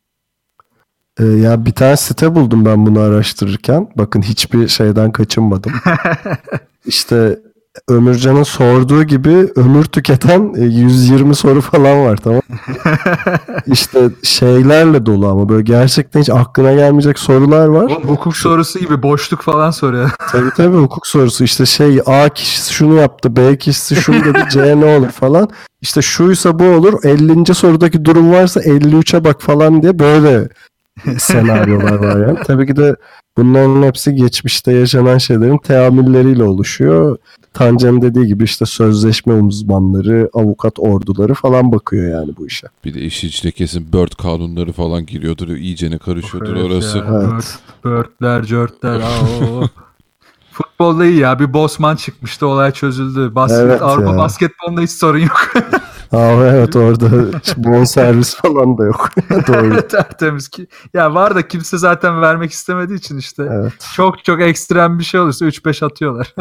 Ya bir tane site buldum ben bunu araştırırken. Bakın hiçbir şeyden kaçınmadım. İşte Ömürcan'ın sorduğu gibi ömür tüketen 120 soru falan var, tamam mı? İşte şeylerle dolu ama böyle gerçekten hiç aklına gelmeyecek sorular var. Oğlum, hukuk sorusu gibi boşluk falan soruyor. Tabii hukuk sorusu işte A kişisi şunu yaptı, B kişisi şunu dedi, C ne olur falan. İşte şuysa bu olur, 50. sorudaki durum varsa 53'e bak falan diye böyle senaryolar var yani. Tabii ki de bunların hepsi geçmişte yaşanan şeylerin teamülleriyle oluşuyor. Tancem dediği gibi işte sözleşme uzmanları, avukat orduları falan bakıyor yani bu işe. Bir de işin içine kesin Bird kanunları falan giriyordur. İyicene karışıyordur orası. Ya. Evet. Birdler, jörtler. Futbolda iyi ya. Bir Bosman çıkmıştı. Olay çözüldü. Evet Avrupa ya. basketbolunda hiç sorun yok. Evet, orada bonservis falan da yok. Doğru. Tertemiz ki. Ya var da kimse zaten vermek istemediği için işte. Evet. Çok ekstrem bir şey olursa 3-5 atıyorlar.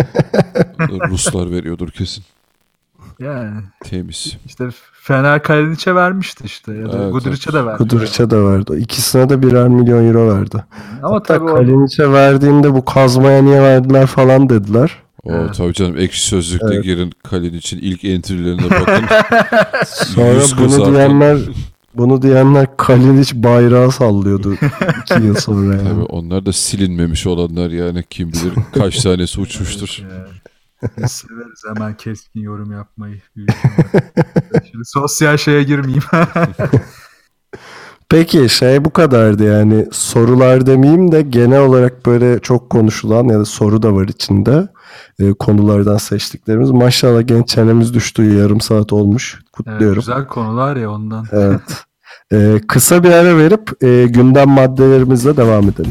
Ruslar veriyordur kesin. Yani Temiz. işte Fener Kalinic'e vermişti işte. Ya da Evet, Guduric'e de verdi. Kuduric'e de verdi. İkisine de 1'er milyon euro verdi. Ama Hatta tabii Kalinic'e verdiğinde bu kazmaya niye verdiler falan dediler. Tabii canım, ekşi sözlükte girin Kalinic'in ilk entry'lerine bakın. Sonra 100 bunu diyenler Kalinic bayrağı sallıyordu 2 yıl sonra yani. Tabii onlar da silinmemiş olanlar yani, kim bilir kaç tanesi uçmuştur. Biz severiz hemen keskin yorum yapmayı. Şimdi sosyal şeye girmeyeyim. Peki bu kadardı yani, sorular demeyeyim de genel olarak böyle çok konuşulan ya da soru da var içinde konulardan seçtiklerimiz. Maşallah genç çenemiz düştü, yarım saat olmuş, kutluyorum. Güzel konular ya ondan. Evet. Kısa bir ara verip gündem maddelerimizle devam edelim.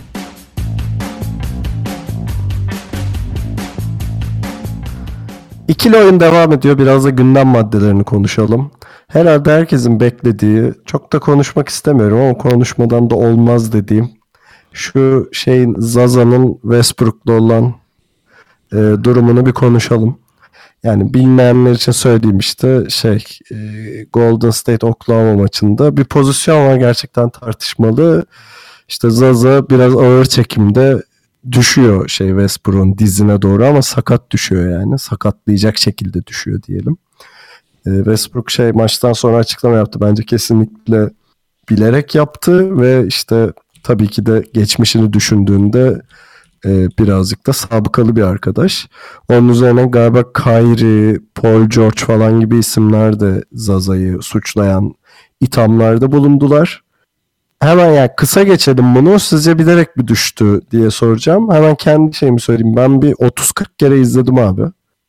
İkili oyun devam ediyor. Biraz da gündem maddelerini konuşalım. Herhalde herkesin beklediği, çok da konuşmak istemiyorum ama konuşmadan da olmaz dediğim, şu Zaza'nın Westbrook'la olan durumunu bir konuşalım. Yani bilmeyenler için söyleyeyim işte Golden State Oklahoma maçında bir pozisyon var, gerçekten tartışmalı. İşte Zaza biraz ağır çekimde düşüyor Westbrook'un dizine doğru ama sakat düşüyor yani. Sakatlayacak şekilde düşüyor diyelim. Westbrook maçtan sonra açıklama yaptı. Bence kesinlikle bilerek yaptı ve işte tabii ki de geçmişini düşündüğünde birazcık da sabıkalı bir arkadaş. Onun üzerine galiba Kyrie, Paul George falan gibi isimler de Zaza'yı suçlayan ithamlarda bulundular. Hemen yani kısa geçelim bunu. Sizce bilerek mi düştü diye soracağım. Hemen kendi şeyimi söyleyeyim. Ben bir 30-40 kere izledim abi.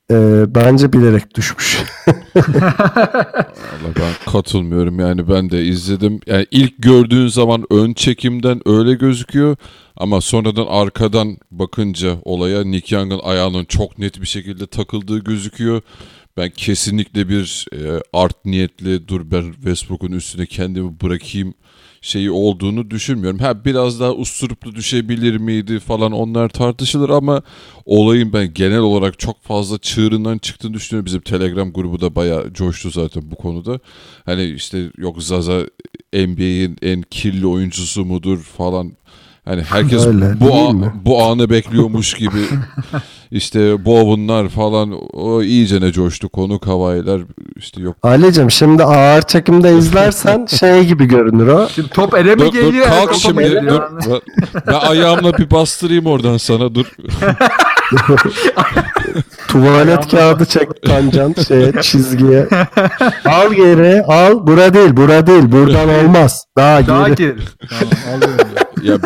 Bence bilerek düşmüş. Vallahi ben katılmıyorum, yani ben de izledim. Yani ilk gördüğün zaman ön çekimden öyle gözüküyor ama sonradan arkadan bakınca olaya Nick Young'ın ayağının çok net bir şekilde takıldığı gözüküyor. Ben kesinlikle bir art niyetli dur ben Westbrook'un üstüne kendimi bırakayım şeyi olduğunu düşünmüyorum. Biraz daha usturuplu düşebilir miydi falan, onlar tartışılır ama olayın ben genel olarak çok fazla çığırından çıktığını düşünüyorum. Bizim Telegram grubu da bayağı coştu zaten bu konuda. Hani işte yok Zaza NBA'in en kirli oyuncusu mudur falan. Hani herkes Öyle, değil mi? bu anı bekliyormuş gibi. İşte Bowen'lar falan, o iyicene coştu konu, Kavai'ler işte yok. Ali'cim şimdi ağır çekimde izlersen şey gibi görünür o. Şimdi top ele mi Dur geliyor? kalk topa mı şimdi geliyor? dur. Ben ayağımla bir bastırayım oradan sana, dur. Tuvalet kağıdı çek tanjant çizgiye. Al geri al. Bura değil buradan olmaz. Daha Daha geri. geri. Tamam, alıyorum. Ya,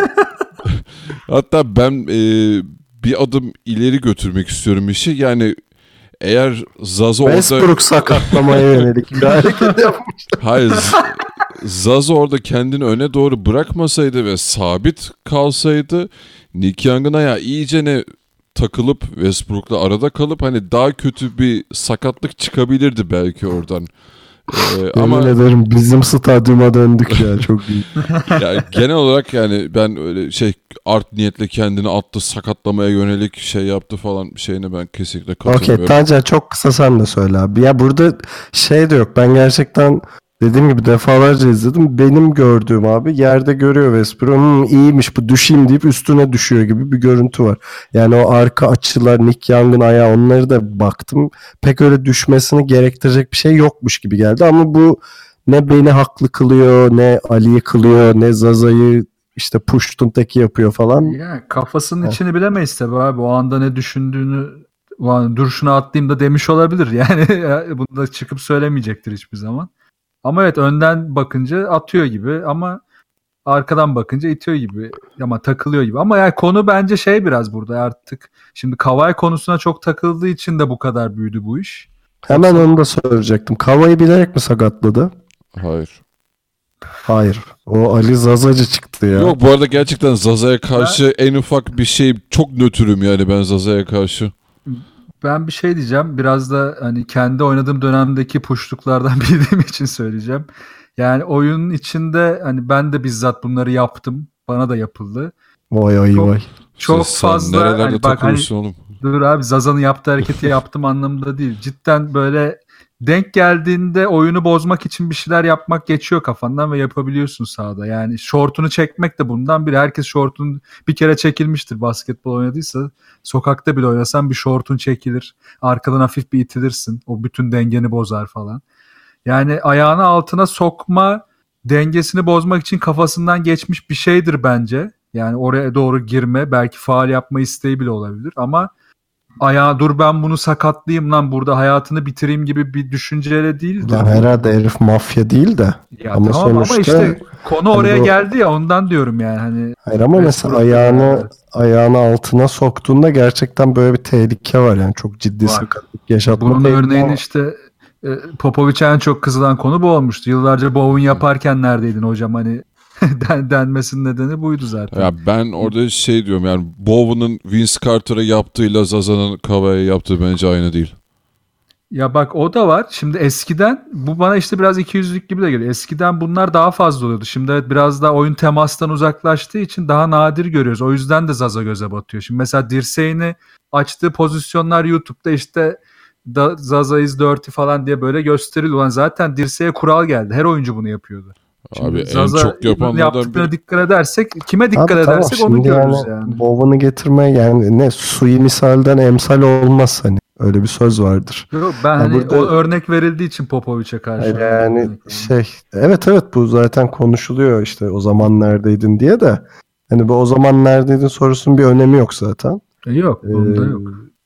hatta ben bir adım ileri götürmek istiyorum işi. Yani eğer Zaza orada... Westbrook sakatlamaya yönelik bir hareket yapmış. Hayır. Zaza orada kendini öne doğru bırakmasaydı ve sabit kalsaydı, Nick Young'ın ayağı iyicene takılıp Westbrook'la arada kalıp hani daha kötü bir sakatlık çıkabilirdi belki oradan. Ama Ama ederim bizim stadyuma döndük ya, çok iyi. yani genel olarak yani ben öyle art niyetle kendini attı, sakatlamaya yönelik şey yaptı falan şeyine ben kesinlikle katılmıyorum. Okey Tancan, çok kısa sen de söyle abi. Ya burada şey de yok. Ben gerçekten dediğim gibi defalarca izledim. Benim gördüğüm abi, yerde görüyor Westbrook. İyiymiş bu, düşeyim deyip üstüne düşüyor gibi bir görüntü var. Yani o arka açılar, Nick Young'ın ayağı, onları da baktım. Pek öyle düşmesini gerektirecek bir şey yokmuş gibi geldi. Ama bu ne beni haklı kılıyor, ne Ali'yi kılıyor, ne Zaza'yı işte pushtun teki yapıyor falan. Ya kafasının içini bilemeyiz tabii abi. O anda ne düşündüğünü, o an dur şunu atlayayım da demiş olabilir. Yani bunu da çıkıp söylemeyecektir hiçbir zaman. Ama evet, önden bakınca atıyor gibi ama arkadan bakınca itiyor gibi ama takılıyor gibi. Ama yani konu bence şey biraz burada artık. Şimdi Kawhi konusuna çok takıldığı için de bu kadar büyüdü bu iş. Hemen onu da söyleyecektim. Kavayı bilerek mi sakatladı? Hayır. Hayır. O Ali Zazacı çıktı ya. Yok, bu arada gerçekten Zaza'ya karşı en ufak bir şey çok nötrüm yani ben Zaza'ya karşı. Ben bir şey diyeceğim. Biraz da hani kendi oynadığım dönemdeki puşluklardan bildiğim için söyleyeceğim. Yani oyunun içinde hani ben de bizzat bunları yaptım. Bana da yapıldı. Vay Çok- vay. Çok Sen fazla nerelerde hani bak hani takılıyorsun oğlum? dur abi, Zaza'nın yaptığı hareketi yaptım anlamında değil. Cidden böyle denk geldiğinde oyunu bozmak için bir şeyler yapmak geçiyor kafandan ve yapabiliyorsun sahada. Yani şortunu çekmek de bundan biri. Herkes şortun bir kere çekilmiştir basketbol oynadıysa. Sokakta bile oynasan bir şortun çekilir. Arkadan hafif bir itilirsin. O bütün dengeni bozar falan. Yani ayağını altına sokma, dengesini bozmak için kafasından geçmiş bir şeydir bence. Yani oraya doğru girme, belki faul yapma isteği bile olabilir ama ayağı dur ben bunu sakatlayayım lan burada hayatını bitireyim gibi bir düşünceyle değil de. Ya herhalde herif mafya değil de. Ya ama tamam ama sonuçta işte konu hani oraya bu- geldi ya, ondan diyorum yani hani. hayır ama mesela ayağını altına soktuğunda gerçekten böyle bir tehlike var yani, çok ciddi Var. sakatlık yaşatma Bunun tehlikesi örneğini var. işte Popovic'e en çok kızılan konu bu olmuştu. Yıllarca Bowen yaparken neredeydin hocam hani denmesinin nedeni buydu zaten. Ya ben orada şey diyorum yani Bowen'ın Vince Carter'a yaptığıyla Zaza'nın Kavai'ye yaptığı bence aynı değil. Ya bak o da var. Şimdi eskiden bu bana işte biraz ikiyüzlülük gibi de geliyor. Eskiden bunlar daha fazla oluyordu. Şimdi evet biraz daha oyun temastan uzaklaştığı için daha nadir görüyoruz. O yüzden de Zaza göze batıyor. Şimdi mesela dirseğini açtığı pozisyonlar YouTube'da işte Zaza is dirty falan diye böyle gösteriliyor. Ulan zaten dirseğe kural geldi. Her oyuncu bunu yapıyordu. Şimdi Abi en Zaza çok yapanlardan yaptıklarına biri. dikkat edersek, kime dikkat Abi tamam, edersek onu şimdi görürüz yani. Bowen'ı getirme yani, ne sui misalden emsal olmaz hani. Öyle bir söz vardır. Yok, ben Ya hani burada- o örnek verildiği için Popovic'e karşı. Yani evet bu zaten konuşuluyor işte o zaman neredeydin diye de. Hani bu o zaman neredeydin sorusunun bir önemi yok zaten. Yok, bunda yok.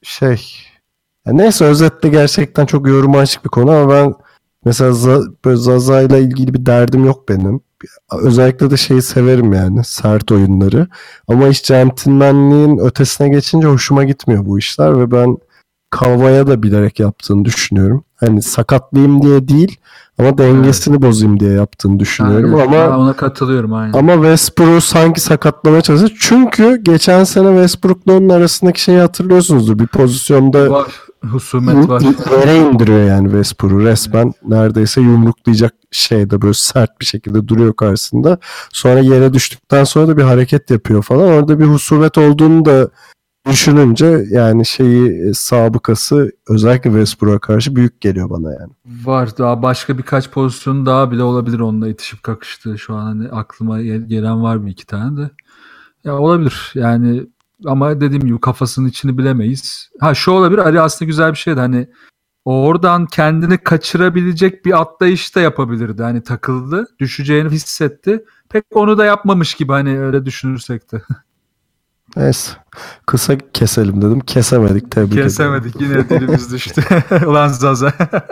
Ya neyse, özetle gerçekten çok yoruma açık bir konu ama ben mesela böyle Zaza ile ilgili bir derdim yok benim. Özellikle de şeyi severim yani, sert oyunları. Ama iş centilmenliğin ötesine geçince hoşuma gitmiyor bu işler ve ben Kavaya da bilerek yaptığını düşünüyorum. Hani sakatlayayım diye değil ama dengesini bozayım diye yaptığını düşünüyorum. Aynen. Ama Ona katılıyorum aynen. ama Westbrook'u sanki sakatlamaya çalışıyor. Çünkü geçen sene Westbrook'la onun arasındaki şeyi hatırlıyorsunuzdur. Bir pozisyonda Var. Husumet var. yere indiriyor yani Westbrook'u resmen. Neredeyse yumruklayacak şeyde böyle sert bir şekilde duruyor karşısında. Sonra yere düştükten sonra da bir hareket yapıyor falan. Orada bir husumet olduğunu da düşününce yani sabıkası özellikle Westbrook'a karşı büyük geliyor bana yani. Var. Daha başka birkaç pozisyon daha bile olabilir onunla itişip kakıştığı. Şu an hani aklıma gelen var bir iki tane de. Ya olabilir yani ama dediğim gibi kafasının içini bilemeyiz. Ha şu olabilir, Ali aslında güzel bir şeydi. Hani oradan kendini kaçırabilecek bir atlayış da yapabilirdi. Hani takıldı, düşeceğini hissetti. Pek onu da yapmamış gibi hani öyle düşünürsek de. Neyse. Kısa keselim dedim. Kesemedik. Tebrik ederim. Kesemedik. Yine dilimiz düştü. Ulan Zaza.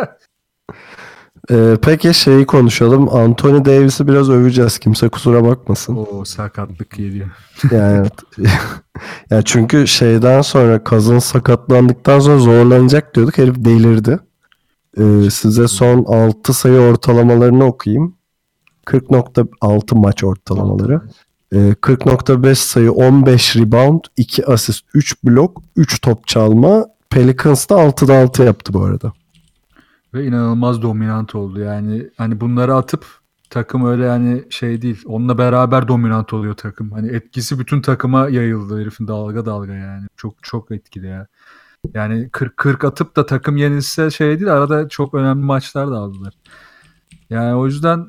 Peki şeyi konuşalım. Anthony Davis'i biraz öveceğiz. Kimse kusura bakmasın. Oo sakatlık geliyor. Yani evet. Yani çünkü şeyden sonra Cousins sakatlandıktan sonra zorlanacak diyorduk. Herif delirdi. Size son 6 sayı ortalamalarını okuyayım. 40.6 maç ortalamaları. 40.5 sayı, 15 rebound, 2 asist, 3 blok, 3 top çalma. Pelicans'da 6'da 6 yaptı bu arada. Ve inanılmaz dominant oldu. Yani hani bunları atıp takım öyle yani şey değil. Onunla beraber dominant oluyor takım. Hani etkisi bütün takıma yayıldı. Herifin dalga dalga yani. Çok çok etkili ya. Yani 40 atıp da takım yenilse şey değil. Arada çok önemli maçlar da aldılar. Yani o yüzden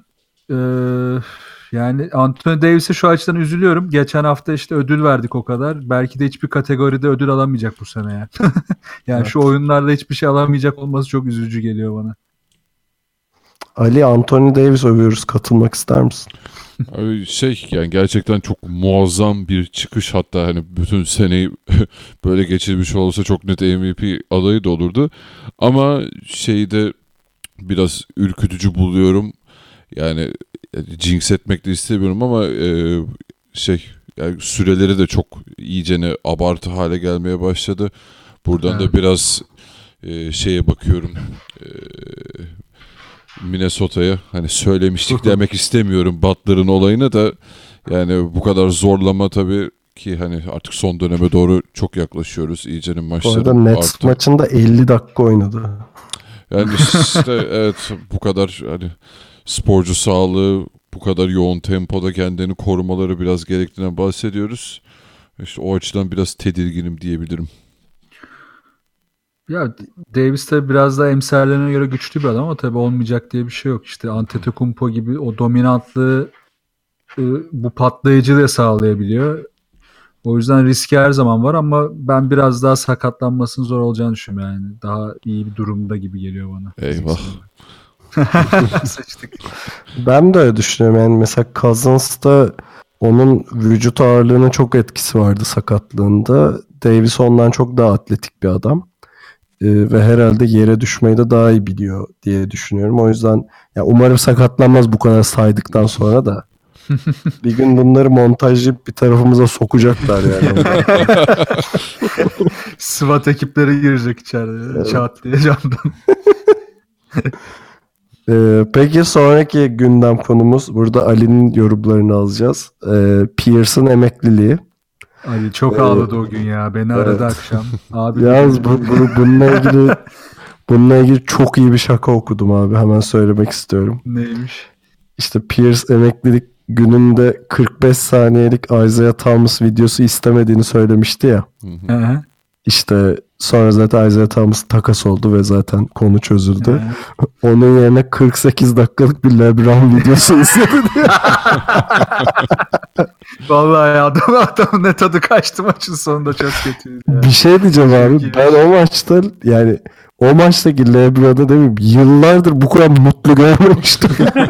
yani Anthony Davis'e şu açıdan üzülüyorum. Geçen hafta işte ödül verdik o kadar. Belki de hiçbir kategoride ödül alamayacak bu sene ya. Yani evet. Şu oyunlarla hiçbir şey alamayacak olması çok üzücü geliyor bana. Ali, Anthony Davis övüyoruz. Katılmak ister misin? Abi yani gerçekten çok muazzam bir çıkış, hatta hani bütün seneyi böyle geçirmiş olsa çok net MVP adayı da olurdu. Ama de biraz ürkütücü buluyorum. Yani jinx etmek de istemiyorum ama yani süreleri de çok iyicene abartı hale gelmeye başladı. Buradan da biraz şeye bakıyorum. Minnesota'ya hani söylemiştik demek istemiyorum Butler'ın olayını da, yani bu kadar zorlama tabii ki hani artık son döneme doğru çok yaklaşıyoruz. İyicenin maçları arttı. Bu arada Nets maçında 50 dakika oynadı. Yani işte evet, bu kadar hani sporcu sağlığı, bu kadar yoğun tempoda kendini korumaları biraz gerektiğinden bahsediyoruz. İşte o açıdan biraz tedirginim diyebilirim. Ya Davis de biraz daha emsallerine göre güçlü bir adam ama tabii olmayacak diye bir şey yok. İşte Antetokounmpo gibi o dominantlığı bu patlayıcılığı sağlayabiliyor. O yüzden riski her zaman var ama ben biraz daha sakatlanmasının zor olacağını düşünüyorum yani. Daha iyi bir durumda gibi geliyor bana. Eyvah. Seçtik. Ben de öyle düşünüyorum. Yani mesela Cousins'ta onun vücut ağırlığının çok etkisi vardı sakatlığında. Davis ondan çok daha atletik bir adam. Ve herhalde yere düşmeyi de daha iyi biliyor diye düşünüyorum. O yüzden ya umarım sakatlanmaz bu kadar saydıktan sonra da. Bir gün bunları montajlayıp bir tarafımıza sokacaklar yani. SWAT ekipleri girecek içeride. Evet. Çat diye camdan. Peki sonraki gündem konumuz, burada Ali'nin yorumlarını alacağız. Pearson emekliliği. Ali çok ağladı o gün ya. Beni aradı akşam. Abi yalnız bununla ilgili çok iyi bir şaka okudum abi. Hemen söylemek istiyorum. Neymiş? İşte Pierce emeklilik gününde 45 saniyelik Isaiah Thomas videosu istemediğini söylemişti ya. Hı. İşte sonra zaten Isaiah Thomas takas oldu ve zaten konu çözüldü. Onun yerine 48 dakikalık bir LeBron videosu istedi. Vallahi adam ne tadı kaçtı maçın sonunda, çok kötüydü. Bir şey diyeceğim abi. Ben o maçtaki LeBron'u demeyeyim, yıllardır bu kadar mutlu görmemiştim.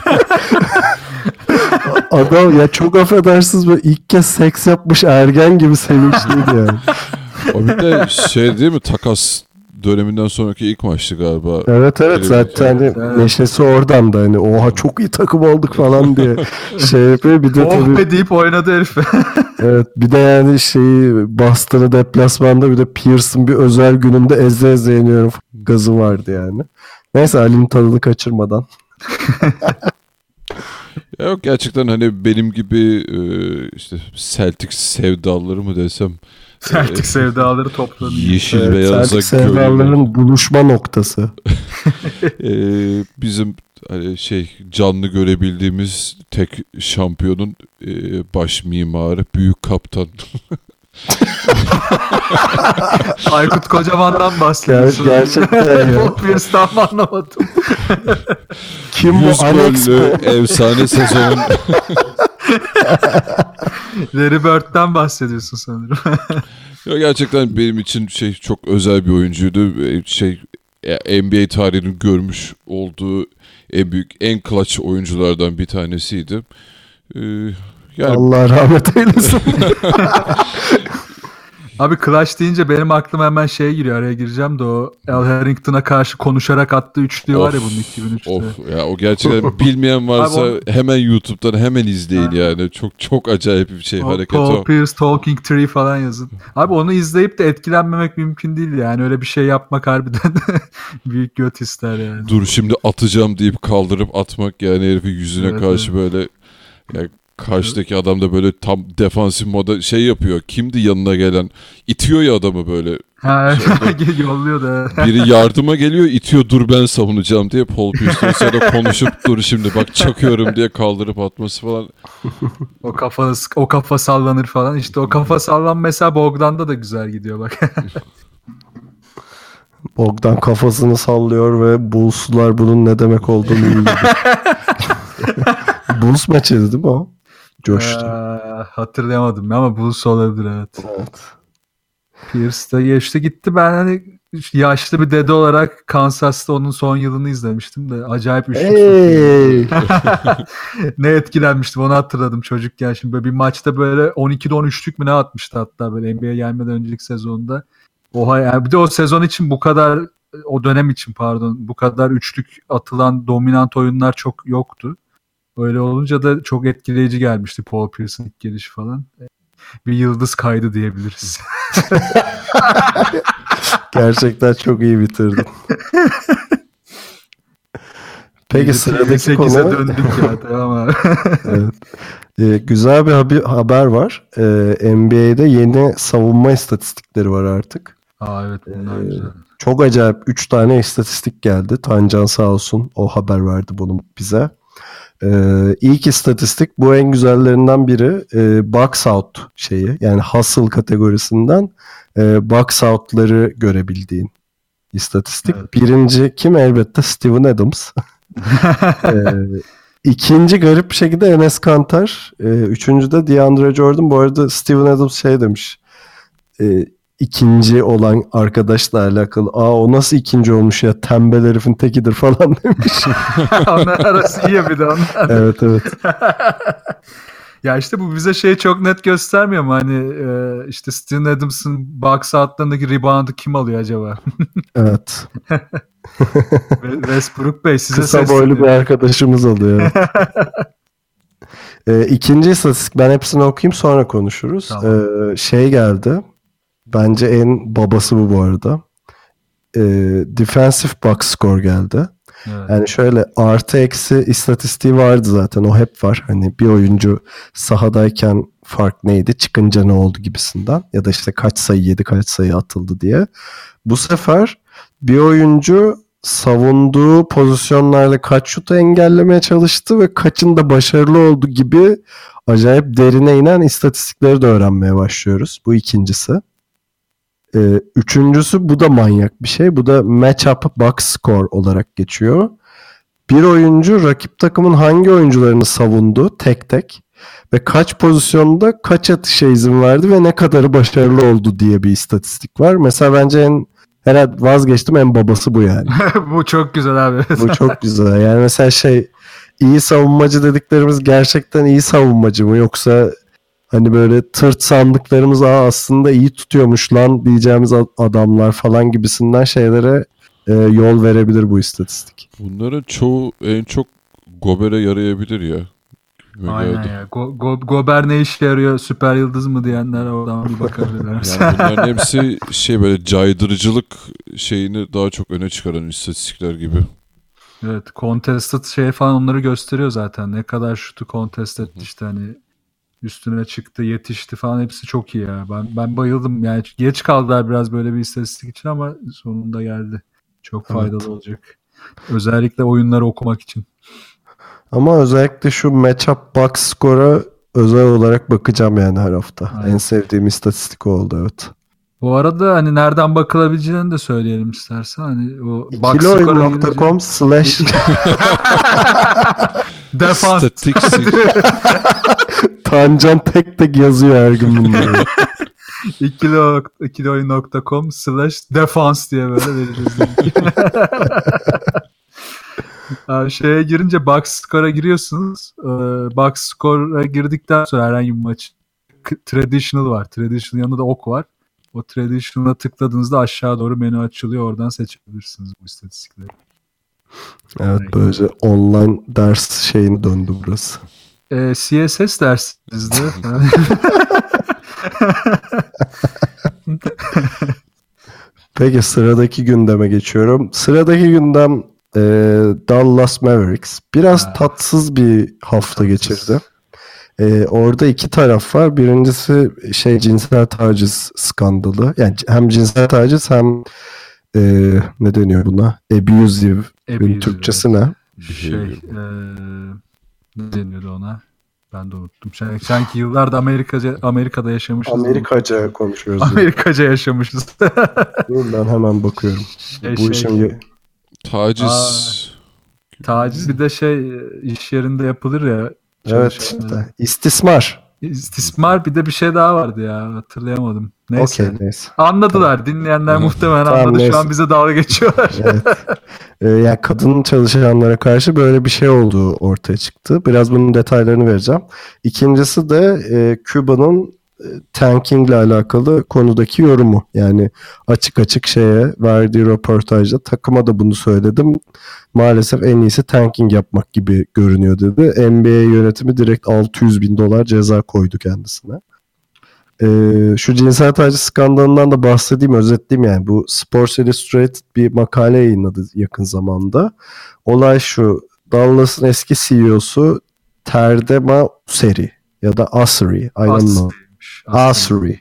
Adam ya çok affedersiniz, böyle ilk kez seks yapmış ergen gibi sevinçliydi yani. O bir de değil mi, takas döneminden sonraki ilk maçtı galiba. Evet Televizyon. zaten Evet. neşesi oradan da hani oha çok iyi takım olduk falan diye şey yapıyor. Bir de Oh tabii be deyip oynadı herif. evet bir de yani Boston'ı deplasmanda bir de Pierce'ın bir özel gününde eze yeniyorum gazı vardı yani. Neyse Ali'nin tadını kaçırmadan. Ya yok gerçekten hani benim gibi işte Celtics sevdaları mı desem. Celtic sevdaları topladı. Yeşil Evet, beyaza Celtic sevdaların buluşma noktası. Bizim hani canlı görebildiğimiz tek şampiyonun baş mimarı büyük kaptan. Aykut Kocaman'dan bahsediyorsun. Gerçekten ya. Paul Pierce'dan mı anlamadım. Kim 100 bu? Alex gollü mi? efsane sezonun Larry Bird'den bahsediyorsun sanırım. ya gerçekten benim için çok özel bir oyuncuydu. NBA tarihinin görmüş olduğu en büyük, en clutch oyunculardan bir tanesiydi. Yani Allah rahmet eylesin. Abi Clutch deyince benim aklıma hemen giriyor. Araya gireceğim de o Al Harrington'a karşı konuşarak attığı üçlü var ya bunun 2003'te. Of ya o gerçekten bilmeyen varsa Abi hemen YouTube'dan hemen izleyin yani. Çok acayip bir hareket Paul o. Pierce Talking Tree falan yazın. Abi onu izleyip de etkilenmemek mümkün değil yani. Öyle bir şey yapmak harbiden büyük göt ister yani. Dur şimdi atacağım deyip kaldırıp atmak yani herifin yüzüne Evet, karşı böyle ya karşıdaki adam da böyle tam defansif moda yapıyor. Kimdi yanına gelen? İtiyor ya adamı böyle. Ha, yolluyor da. Biri yardıma geliyor, itiyor dur ben savunacağım diye Paul Pierce'le da konuşup dur şimdi bak çakıyorum diye kaldırıp atması falan. O kafa sallanır falan. İşte o kafa sallan mesela Bogdan'da da güzel gidiyor bak. Bogdan kafasını sallıyor ve Bulls'lar bunun ne demek olduğunu bildi. Bulls maçıydı değil mi o? Coştu. Hatırlayamadım ama Bulls olabilir evet. Evet. Pierce de geçti gitti. Ben hani yaşlı bir dede olarak Kansas'ta onun son yılını izlemiştim de acayip üçlük Hey! ne etkilenmiştim onu hatırladım çocukken. Şimdi böyle bir maçta böyle 12'de 13'lük mü ne atmıştı hatta böyle NBA'ye gelmeden önceki sezonda. Oha yani bir de o sezon için o dönem için bu kadar üçlük atılan dominant oyunlar çok yoktu. Öyle olunca da çok etkileyici gelmişti Paul Pierce'ın ilk gelişi falan. Bir yıldız kaydı diyebiliriz. Gerçekten çok iyi bitirdin. Peki sıradaki 8'e konu döndük ya tamam abi. evet. Güzel bir haber var. NBA'de yeni savunma istatistikleri var artık. Evet bunlar güzel. Çok acayip 3 tane istatistik geldi. Tancan sağ olsun o haber verdi bunu bize. İlk istatistik bu en güzellerinden biri box out yani hustle kategorisinden box out'ları görebildiğin istatistik. Evet. Birinci kim? Elbette Steven Adams. İkinci garip bir şekilde Enes Kanter. Üçüncü de DeAndre Jordan. Bu arada Steven Adams demiş. İkinci olan arkadaşla alakalı. O nasıl ikinci olmuş ya? Tembel herifin tekidir falan demiş. Onlar arası iyi bir de onlar. Evet. Ya işte bu bize çok net göstermiyor mu? Hani işte Steven Adams'ın box out'larındaki rebound'ı kim alıyor acaba? Evet. Westbrook Bey size Kısa boylu bir arkadaşımız oluyor. İkinci istatistik ben hepsini okuyayım sonra konuşuruz. Tamam. Geldi. Bence en babası bu arada. Defensive box score geldi. Evet. Yani şöyle artı eksi istatistiği vardı zaten. O hep var. Hani bir oyuncu sahadayken fark neydi? Çıkınca ne oldu gibisinden. Ya da işte kaç sayı yedi, kaç sayı atıldı diye. Bu sefer bir oyuncu savunduğu pozisyonlarla kaç şutu engellemeye çalıştı ve kaçında başarılı oldu gibi acayip derine inen istatistikleri de öğrenmeye başlıyoruz. Bu ikincisi. Üçüncüsü bu da manyak bir şey. Bu da matchup box score olarak geçiyor. Bir oyuncu rakip takımın hangi oyuncularını savundu tek tek ve kaç pozisyonda kaç atışa izin verdi ve ne kadarı başarılı oldu diye bir istatistik var. Mesela bence herhalde vazgeçtim en babası bu yani. Bu çok güzel abi. Bu çok güzel. Yani mesela iyi savunmacı dediklerimiz gerçekten iyi savunmacı mı yoksa Hani böyle tırt sandıklarımız aslında iyi tutuyormuş lan diyeceğimiz adamlar falan gibisinden şeylere yol verebilir bu istatistik. Bunların çoğu en çok Gober'e yarayabilir ya. Aynen ya. Gober ne işe yarıyor? Süper yıldız mı diyenler oradan bir bakabilirler. Yani bunların hepsi böyle caydırıcılık şeyini daha çok öne çıkaran istatistikler gibi. Evet, contested falan onları gösteriyor zaten. Ne kadar şutu contest etti işte hani üstüne çıktı, yetişti falan hepsi çok iyi ya. Ben bayıldım. Yani geç kaldılar biraz böyle bir istatistik için ama sonunda geldi. Çok faydalı olacak. Özellikle oyunları okumak için. Ama özellikle şu matchup box score'a özel olarak bakacağım yani her hafta. Aynen. En sevdiğim istatistik oldu evet. Bu arada hani nereden bakılabileceğini de söyleyelim istersen. Hani o box score'a Kiloyun.com / defans. Statistik. Tancan tek tek yazıyor her gün bunları. ikiloyun.com / defans diye böyle vereceğiz. Şeye girince box score'a giriyorsunuz. Box score'a girdikten sonra herhangi bir maç traditional var. Traditional yanında da ok var. O traditional'a tıkladığınızda aşağı doğru menü açılıyor. Oradan seçebilirsiniz bu istatistikleri. Evet böylece online ders şeyini döndü burası. CSS dersinizdi. Peki sıradaki gündeme geçiyorum. Sıradaki gündem Dallas Mavericks. Biraz tatsız bir hafta geçirdi. Orada iki taraf var. Birincisi cinsel taciz skandalı. Yani hem cinsel taciz hem ne deniyor buna? Abusive. Türkçesi ne? Ne deniyordu ona? Ben de unuttum. Sanki yıllarda Amerika'da yaşamışız. Amerikaca konuşuyoruz. Amerikaca yaşamışız. Dur ben hemen bakıyorum. Bu işin Taciz. Taciz bir de iş yerinde yapılır ya. Evet işte. İstismar. İstismar bir de bir şey daha vardı ya. Hatırlayamadım. Neyse. Okay, neyse. Anladılar. Dinleyenler muhtemelen anladı. Neyse. Şu an bize dalga geçiyorlar. Evet. Yani kadın çalışanlara karşı böyle bir şey olduğu ortaya çıktı. Biraz bunun detaylarını vereceğim. İkincisi de Küba'nın tankingle alakalı konudaki yorumu. Yani açık açık verdiği röportajda takıma da bunu söyledim. Maalesef en iyisi tanking yapmak gibi görünüyor dedi. NBA yönetimi direkt $600,000 ceza koydu kendisine. Şu cinsel taciz skandalından da bahsedeyim, özetleyeyim yani. Bu Sports Illustrated bir makale yayınladı yakın zamanda. Olay şu: Dallas'ın eski CEO'su Terdema Useri ya da Asri, I don't know. Asri.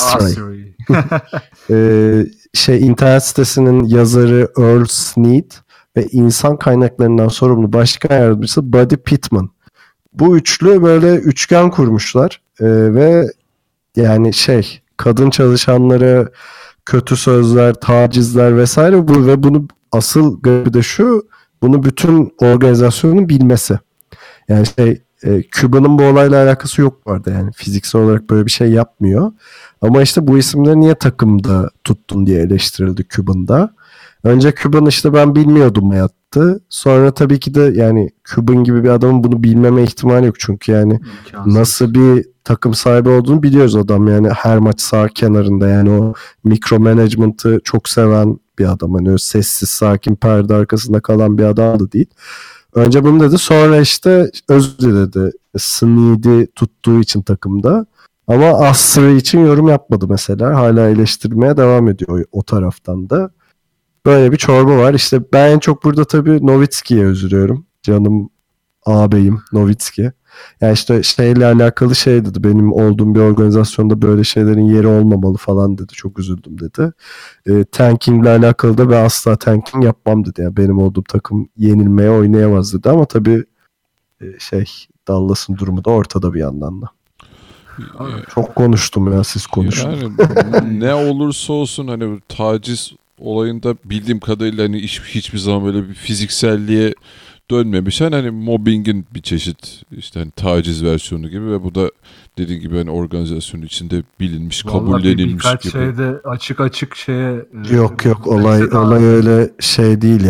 İnternet sitesinin yazarı Earl Sneed ve insan kaynaklarından sorumlu başkan yardımcısı Buddy Pittman. Bu üçlü böyle üçgen kurmuşlar ve yani kadın çalışanlara kötü sözler, tacizler vesaire ve bunu asıl garibi de şu, bunu bütün organizasyonun bilmesi. Yani Küba'nın bu olayla alakası yok vardı yani fiziksel olarak böyle bir şey yapmıyor. Ama işte bu isimleri niye takımda tuttun diye eleştirildi Küba'nda. Önce Küba'nın ben bilmiyordum yattı. Sonra tabii ki de yani Küba'nın gibi bir adamın bunu bilmeme ihtimali yok. Çünkü yani nasıl bir takım sahibi olduğunu biliyoruz adam. Yani her maç sağ kenarında yani o mikro management'ı çok seven bir adam. Hani sessiz sakin perde arkasında kalan bir adam da değil. Önce bunu dedi, sonra özür diledi. Sneed'i tuttuğu için takımda. Ama Asri için yorum yapmadı mesela. Hala eleştirmeye devam ediyor o taraftan da. Böyle bir çorba var. Ben en çok burada tabii Nowitzki'ye üzülüyorum. Canım ağabeyim Nowitzki. Yani şeyle alakalı dedi. Benim olduğum bir organizasyonda böyle şeylerin yeri olmamalı falan dedi. Çok üzüldüm dedi. Tankingle alakalı da ben asla tanking yapmam dedi. Yani benim olduğum takım yenilmeye oynayamaz dedi. Ama tabii Dallas'ın durumu da ortada bir yandan da. Çok konuştum ya, siz konuşun. Yani ne olursa olsun hani taciz olayında bildiğim kadarıyla hani hiçbir zaman böyle bir fizikselliğe dönmemiş. Hani mobbingin bir çeşit hani taciz versiyonu gibi ve bu da dediğin gibi hani organizasyonun içinde bilinmiş, kabullenilmiş birkaç gibi. şeyde açık Yok olay öyle değil ya.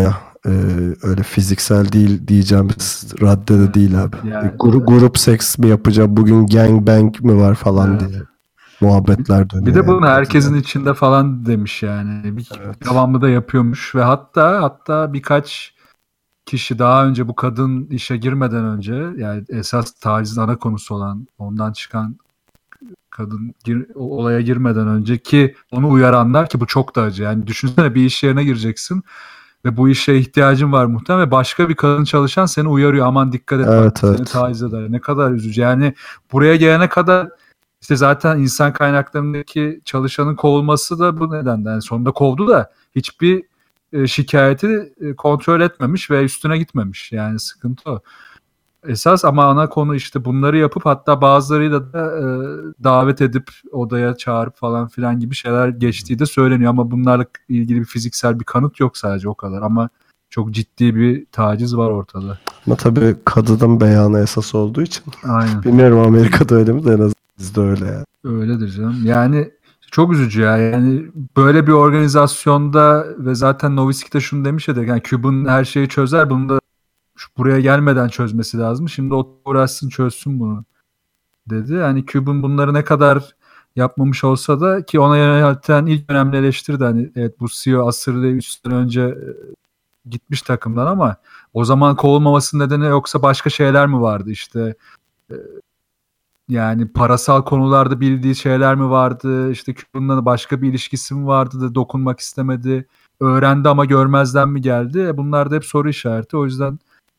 Öyle fiziksel değil diyeceğimiz raddede değil abi. Yani- Grup seks mi yapacağım bugün gangbang mi var falan diye muhabbetler dönüyor. Bir de bunu yani. herkesin içinde falan demiş yani. Devamlı da yapıyormuş ve hatta birkaç kişi daha önce bu kadın işe girmeden önce, yani esas tacizin ana konusu olan ondan çıkan kadın olaya girmeden önceki onu uyaranlar ki bu çok da acı. Yani düşünsene, bir iş yerine gireceksin ve bu işe ihtiyacın var muhtemelen ve başka bir kadın çalışan seni uyarıyor. Aman dikkat et, Evet, bak, seni evet. taciz eder. Ne kadar üzücü. Yani buraya gelene kadar işte zaten insan kaynaklarındaki çalışanın kovulması da bu nedenden. Yani sonunda kovdu da hiçbir şikayeti kontrol etmemiş ve üstüne gitmemiş. Yani sıkıntı o. Esas ama ana konu işte bunları yapıp hatta bazılarıyla da davet edip odaya çağırıp falan filan gibi şeyler geçtiği de söyleniyor. Ama bunlarla ilgili bir fiziksel bir kanıt yok, sadece o kadar. Ama çok ciddi bir taciz var ortada. Ama tabii kadının beyanı esas olduğu için. Aynen. Bilmiyorum Amerika'da öyle mi de en azından bizde öyle yani. Öyledir canım. Yani çok üzücü ya. Yani böyle bir organizasyonda ve zaten Nowitzki de şunu demiş ya, yani Cuban her şeyi çözer. Bunu da buraya gelmeden çözmesi lazım. Şimdi o uğraşsın çözsün bunu dedi. Yani Cuban bunları ne kadar yapmamış olsa da, ki ona yönelten ilk önemli eleştiri de hani evet bu CEO asırda 3 sene önce gitmiş takımdan ama o zaman kovulmamasının nedeni yoksa başka şeyler mi vardı işte yani parasal konularda bildiği şeyler mi vardı, işte Cuban'la başka bir ilişkisi mi vardı da dokunmak istemedi, öğrendi ama görmezden mi geldi, bunlar da hep soru işareti. O yüzden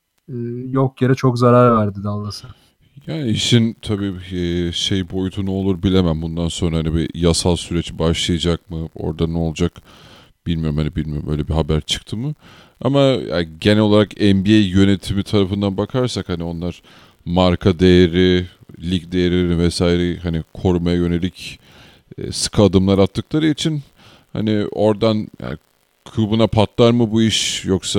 yok yere çok zarar verdi Dallas'a. Yani işin tabii şey boyutu ne olur bilemem. Bundan sonra hani bir yasal süreç başlayacak mı? Orada ne olacak bilmiyorum. Hani bilmiyorum, öyle bir haber çıktı mı? Ama yani genel olarak NBA yönetimi tarafından bakarsak hani onlar marka değeri, lig değerini vesaire hani korumaya yönelik sıkı adımlar attıkları için hani oradan yani Cuban'a patlar mı bu iş, yoksa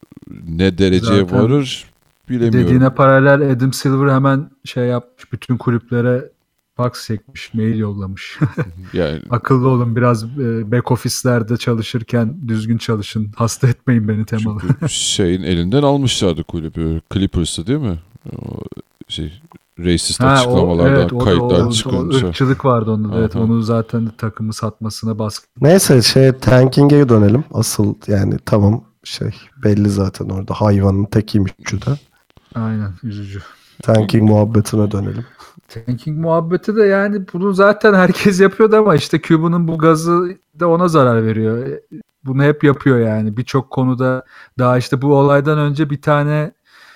ne dereceye Zaten varır bilemiyorum. dediğine paralel Adam Silver hemen şey yapmış, bütün kulüplere fax çekmiş, mail yollamış. Yani Akıllı olun biraz, back office'lerde çalışırken düzgün çalışın, hasta etmeyin beni temalı. çünkü şeyin elinden almışlardı kulübü. Clippers'ı değil mi? O şey racist açıklamalardan, kayıtlar o çıkınca. ırkçılık vardı onda da. Evet, Aha. onu zaten takımı satmasına baskı. Neyse tanking'e dönelim. Asıl yani tamam belli zaten orada hayvanın tekiymiş üçü de. Aynen, üzücü. Tanking muhabbetine dönelim. Tanking muhabbeti de yani bunu zaten herkes yapıyordu ama işte Cuban'ın bu gazı da ona zarar veriyor. Bunu hep yapıyor yani birçok konuda. Daha işte bu olaydan önce bir tane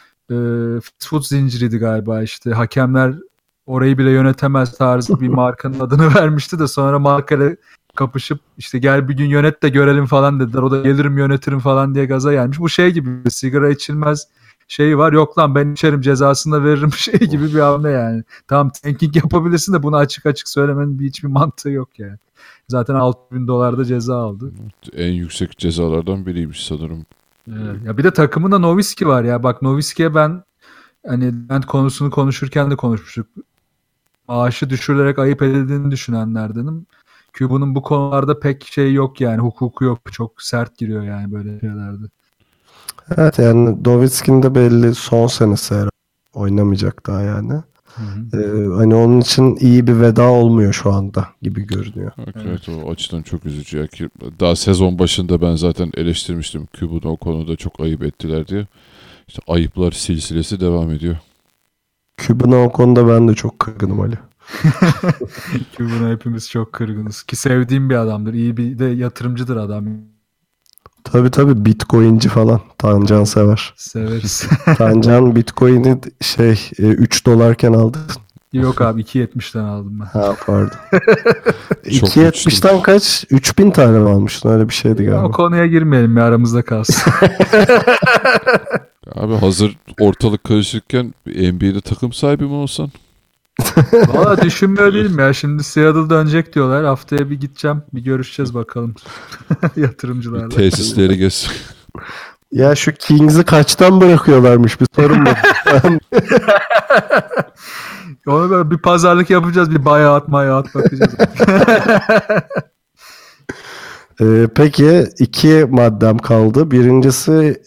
fast food zinciriydi galiba, işte hakemler orayı bile yönetemez tarzı bir markanın adını vermişti de sonra markayla kapışıp işte gel bir gün yönet de görelim falan dediler. O da gelirim yönetirim falan diye gaza gelmiş. Bu şey gibi, sigara içilmez şeyi var. Yok lan ben içerim, cezasını da veririm şey gibi bir hamle yani. Tamam tanking yapabilirsin de bunu açık açık söylemenin hiçbir mantığı yok yani. Zaten $6,000 da ceza aldı. En yüksek cezalardan biriymiş sanırım. Evet. Ya bir de takımında Nowitzki var ya. Bak Nowitzki'ye ben konusunu konuşurken de konuşmuştuk. Maaşı düşürülerek ayıp edildiğini düşünenlerdenim. Cuban'ın bu konularda pek şey yok yani, hukuku yok. Çok sert giriyor yani böyle şeylerde. Evet yani Nowitzki'nin de belli son senesi herhalde. Oynamayacak daha yani. Hani onun için iyi bir veda olmuyor şu anda gibi görünüyor. Evet, o açıdan çok üzücü. Ya ki daha sezon başında ben zaten eleştirmiştim. Cuban'ı o konuda çok ayıp ettiler diye. İşte ayıplar silsilesi devam ediyor. Cuban'a o konuda ben de çok kırgınım Ali. Cuban'a hepimiz çok kırgınız. Ki sevdiğim bir adamdır. İyi bir de yatırımcıdır adam. Tabii Bitcoin'ci falan. Tancan sever. Severiz. Tancan Bitcoin'i 3 dolarken aldı. Yok abi 2.70'den aldım ben. Ha pardon. Çok 2.70'ten kaç? 3.000 tane mi almıştın? Öyle bir şeydi O galiba. konuya girmeyelim ya, aramızda kalsın. Abi hazır ortalık karışırken NBA'de takım sahibi mi olsan? Valla düşünmüyor değilim ya. Şimdi Seattle dönecek diyorlar. Haftaya bir gideceğim. Bir görüşeceğiz bakalım. Yatırımcılarla. Tesisleri gez. Ya şu Kings'i kaçtan bırakıyorlarmış bir sorun var. Onu böyle bir pazarlık yapacağız. Bir buyout bakacağız. Peki 2 maddem kaldı. Birincisi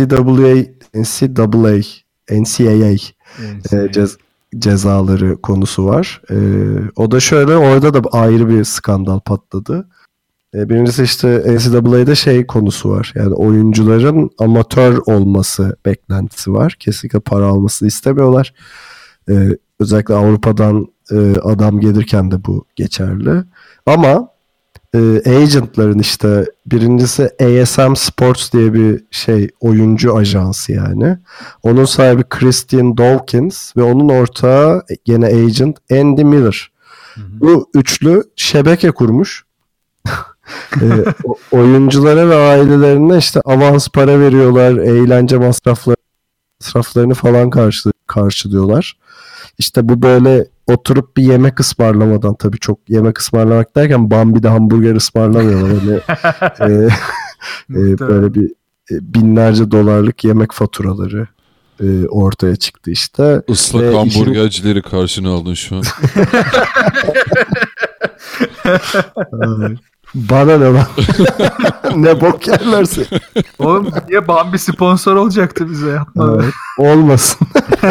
NCAA cezaları konusu var. O da şöyle, orada da ayrı bir skandal patladı. Birincisi işte NCAA'de konusu var. Yani oyuncuların amatör olması beklentisi var. Kesinlikle para almasını istemiyorlar. Özellikle Avrupa'dan adam gelirken de bu geçerli. Ama agentların işte birincisi ASM Sports diye bir oyuncu ajansı yani. Onun sahibi Christian Dawkins ve onun ortağı gene agent Andy Miller. Bu üçlü şebeke kurmuş. Oyunculara ve ailelerine işte avans para veriyorlar, eğlence masraflarını falan karşılıyorlar. İşte bu böyle oturup bir yemek ısmarlamadan, tabii çok yemek ısmarlamak derken Bambi'de hamburger ısmarlamıyorlar. Böyle bir binlerce dolarlık yemek faturaları ortaya çıktı işte. Islak hamburgercileri karşına aldın şu an. Bana ne lan? Ne bok yerlerse. Oğlum niye Bambi sponsor olacaktı bize, yapma. Evet, olmasın.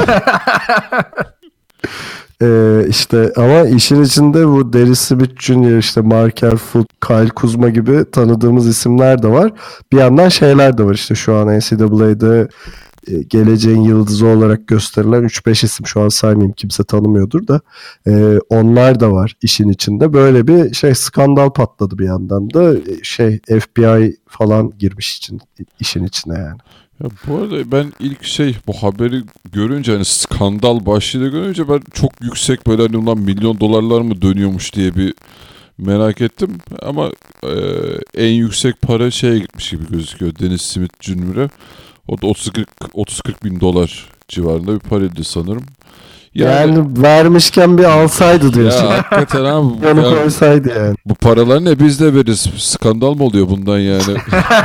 İşte ama işin içinde bu Derek Smith Jr., işte Markel Fultz, Kyle Kuzma gibi tanıdığımız isimler de var. Bir yandan şeyler de var, işte şu an NCAA'de geleceğin yıldızı olarak gösterilen 3-5 isim, şu an saymayayım, kimse tanımıyordur da onlar da var işin içinde. Böyle bir skandal patladı bir yandan da, FBI falan girmiş işin içine yani. Ya bu arada ben ilk bu haberi görünce, hani skandal başlığı görünce ben çok yüksek, böyle hani ulan milyon dolarlar mı dönüyormuş diye bir merak ettim. Ama en yüksek para gitmiş gibi gözüküyor Dennis Smith Jr.'e. O da 30-40 bin dolar civarında bir paraydı sanırım. Yani vermişken bir alsaydı diyorsun. Ya hakikaten abi. Onu koysaydı yani. Bu paralar ne, biz de veririz. Skandal mı oluyor bundan yani?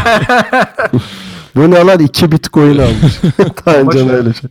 Bu ne lan, 2 bitcoin almış. Tancan öyle şey.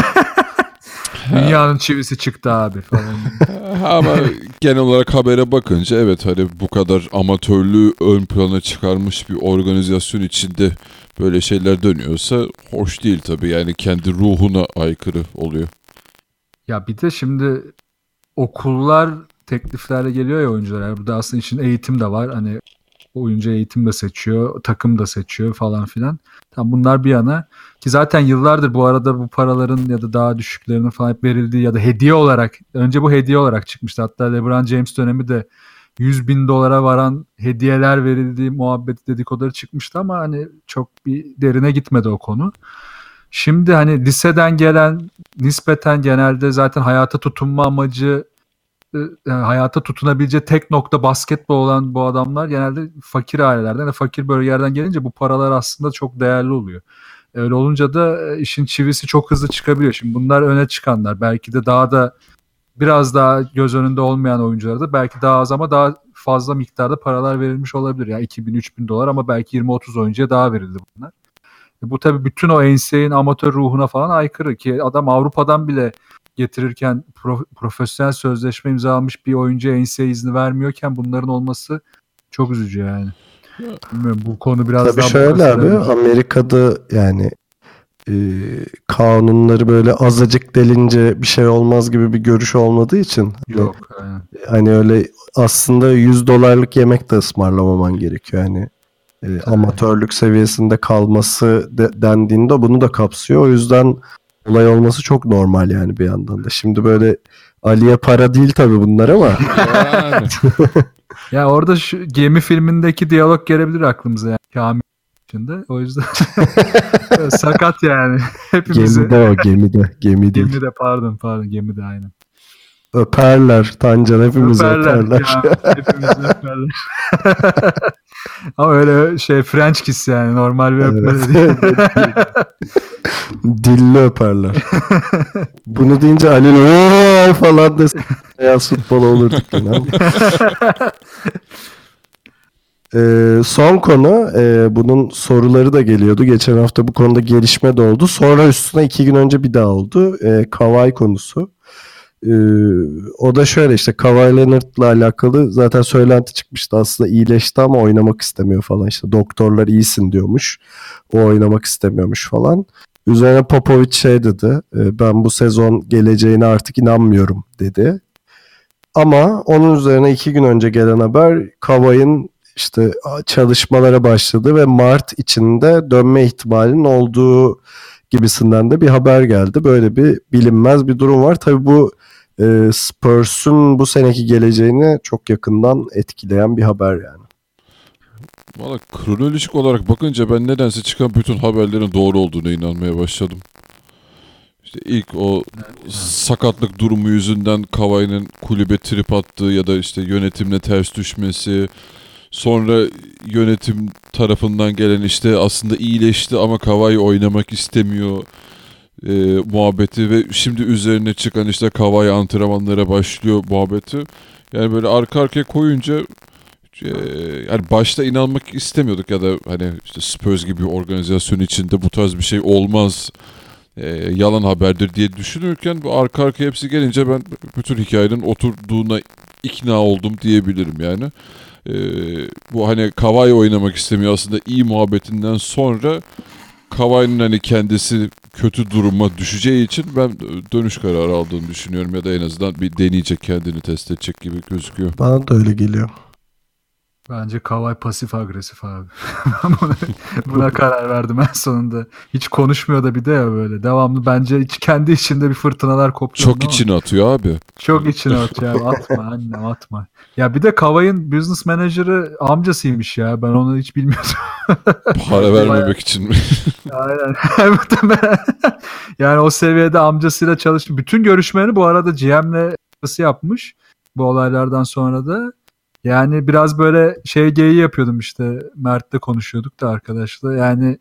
Dünyanın çivisi çıktı abi falan. Ama genel olarak habere bakınca evet, hani bu kadar amatörlüğü ön plana çıkarmış bir organizasyon içinde böyle şeyler dönüyorsa hoş değil tabii. Yani kendi ruhuna aykırı oluyor. Ya bir de şimdi okullar tekliflerle geliyor ya oyuncular. Yani burada aslında için eğitim de var. Hani oyuncu eğitim de seçiyor, takım da seçiyor falan filan. Tam bunlar bir yana, ki zaten yıllardır bu arada bu paraların ya da daha düşüklerinin falan hep verildiği ya da hediye olarak, önce bu hediye olarak çıkmıştı. Hatta LeBron James dönemi de 100 bin dolara varan hediyeler verildiği muhabbeti, dedikoları çıkmıştı ama hani çok bir derine gitmedi o konu. Şimdi hani liseden gelen, nispeten genelde zaten hayata tutunma amacı, hayata tutunabileceği tek nokta basketbol olan bu adamlar genelde fakir ailelerden ve fakir bölgelerden gelince bu paralar aslında çok değerli oluyor. Öyle olunca da işin çivisi çok hızlı çıkabiliyor. Şimdi bunlar öne çıkanlar, belki de daha da biraz daha göz önünde olmayan oyunculara da belki daha az ama daha fazla miktarda paralar verilmiş olabilir. Yani 2.000-3.000 dolar ama belki 20-30 oyuncuya daha verildi bunlar. Bu tabii bütün o NCAA'nin amatör ruhuna falan aykırı, ki adam Avrupa'dan bile getirirken profesyonel sözleşme imzalamış bir oyuncuya NCAA izni vermiyorken bunların olması çok üzücü yani. Bilmiyorum, bu konu biraz tabii daha... şöyle abi, Amerika'da yani kanunları böyle azıcık delince bir şey olmaz gibi bir görüş olmadığı için yok. Hani öyle aslında 100 dolarlık yemek de ısmarlamaman gerekiyor. Yani amatörlük seviyesinde kalması dendiğinde bunu da kapsıyor. O yüzden olay olması çok normal yani bir yandan da. Şimdi böyle Ali'ye para değil tabii bunlar ama. Yani. Ya orada şu gemi filmindeki diyalog gelebilir aklımıza yani. Kamil içinde. O yüzden sakat yani. Hepimizi. Gemide değil. Gemide pardon gemide aynen. Öperler Tancan, hepimizi öperler. Ya, hepimizi öperler. Ama öyle French kiss yani, normal bir öpme değil. Dilli öperler. Bunu deyince Ali falan desin. Beyaz futbol olurduk yine. Son konu, bunun soruları da geliyordu. Geçen hafta bu konuda gelişme de oldu. Sonra üstüne 2 gün önce bir daha oldu. Kawhi konusu. O da şöyle işte Kawhi Leonard'la alakalı zaten söylenti çıkmıştı, aslında iyileşti ama oynamak istemiyor falan, işte doktorlar iyisin diyormuş, o oynamak istemiyormuş falan. Üzerine Popovich şey dedi, ben bu sezon geleceğine artık inanmıyorum dedi. Ama onun üzerine 2 gün önce gelen haber Kawhi'nin işte çalışmalara başladı ve Mart içinde dönme ihtimalinin olduğu gibisinden de bir haber geldi. Böyle bir bilinmez bir durum var. Tabii bu Spurs'un bu seneki geleceğini çok yakından etkileyen bir haber yani. Valla kronolojik olarak bakınca ben nedense çıkan bütün haberlerin doğru olduğuna inanmaya başladım. İşte ilk o sakatlık durumu yüzünden Kawhi'nin kulübe trip attığı ya da işte yönetimle ters düşmesi, sonra yönetim tarafından gelen işte aslında iyileşti ama Kawhi oynamak istemiyor muhabbeti ve şimdi üzerine çıkan işte Kawhi antrenmanlara başlıyor muhabbeti. Yani böyle arka arkaya koyunca yani başta inanmak istemiyorduk ya da hani işte Spurs gibi bir organizasyon içinde bu tarz bir şey olmaz, yalan haberdir diye düşünürken bu arka arkaya hepsi gelince ben bütün hikayenin oturduğuna ikna oldum diyebilirim yani. Bu hani Kawhi oynamak istemiyor aslında iyi muhabbetinden sonra Kawhi'nin hani kendisi kötü duruma düşeceği için ben dönüş kararı aldığını düşünüyorum ya da en azından bir deneyecek, kendini test edecek gibi gözüküyor. Bana da öyle geliyor. Bence Kawhi pasif agresif abi. Buna karar verdim en sonunda. Hiç konuşmuyor da bir de ya böyle. Devamlı bence kendi içinde bir fırtınalar kopuyor. Çok içine atıyor abi. Çok içine atıyor abi. Atma annem atma. Ya bir de Kawhi'nin business manager'ı amcasıymış ya. Ben onu hiç bilmiyordum. Para vermemek için mi? Aynen. Muhtemelen. Yani o seviyede amcasıyla çalıştı. Bütün görüşmelerini bu arada GM'le yapmış. Bu olaylardan sonra da. Yani biraz böyle geyiği yapıyordum işte. Mert'le konuşuyorduk da arkadaşlar. Yani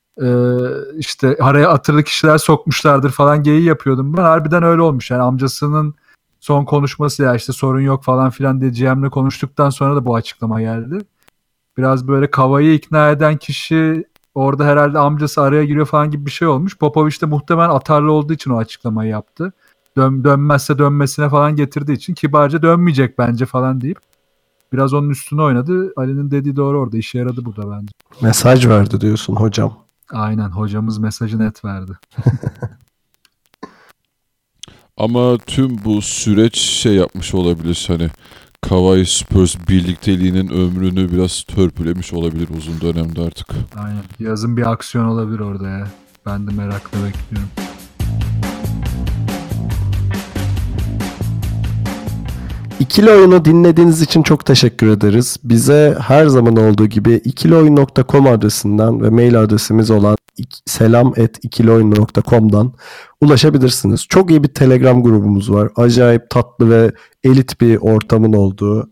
işte araya hatırlı kişiler sokmuşlardır falan geyiği yapıyordum. Ben harbiden öyle olmuş. Yani amcasının son konuşması ya işte sorun yok falan filan diye GM'le konuştuktan sonra da bu açıklama geldi. Biraz böyle Kawhi'yi ikna eden kişi orada herhalde amcası araya giriyor falan gibi bir şey olmuş. Popovich de muhtemelen atarlı olduğu için o açıklamayı yaptı. Dönmezse dönmesine falan getirdiği için kibarca dönmeyecek bence falan deyip biraz onun üstüne oynadı. Ali'nin dediği doğru, orada işe yaradı bu da bence. Mesaj verdi diyorsun hocam. Aynen, hocamız mesajı net verdi. Ama tüm bu süreç yapmış olabilir, hani Kawhi Spurs birlikteliğinin ömrünü biraz törpülemiş olabilir uzun dönemde artık. Aynen. Yazın bir aksiyon olabilir orada ya. Ben de merakla bekliyorum. İkili Oyun'u dinlediğiniz için çok teşekkür ederiz. Bize her zaman olduğu gibi ikilioyun.com adresinden ve mail adresimiz olan selam@ikilioyun.com'dan ulaşabilirsiniz. Çok iyi bir Telegram grubumuz var. Acayip tatlı ve elit bir ortamın olduğu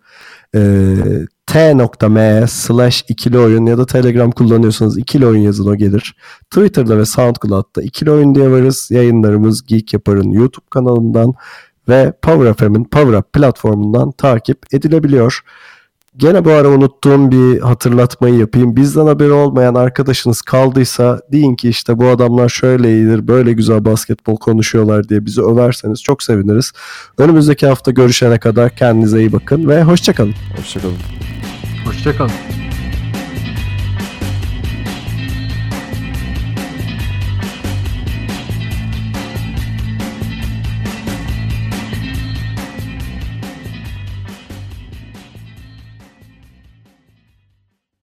t.me/ikilioyun ya da Telegram kullanıyorsanız ikili oyun yazın, o gelir. Twitter'da ve SoundCloud'da ikili oyun diye varız. Yayınlarımız Geek Yapar'ın YouTube kanalından ve Power FM'in Power Up platformundan takip edilebiliyor. Gene bu ara unuttuğum bir hatırlatmayı yapayım. Bizden haberi olmayan arkadaşınız kaldıysa deyin ki işte bu adamlar şöyle iyidir, böyle güzel basketbol konuşuyorlar diye bizi överseniz çok seviniriz. Önümüzdeki hafta görüşene kadar kendinize iyi bakın ve hoşçakalın. Hoşçakalın. Hoşçakalın.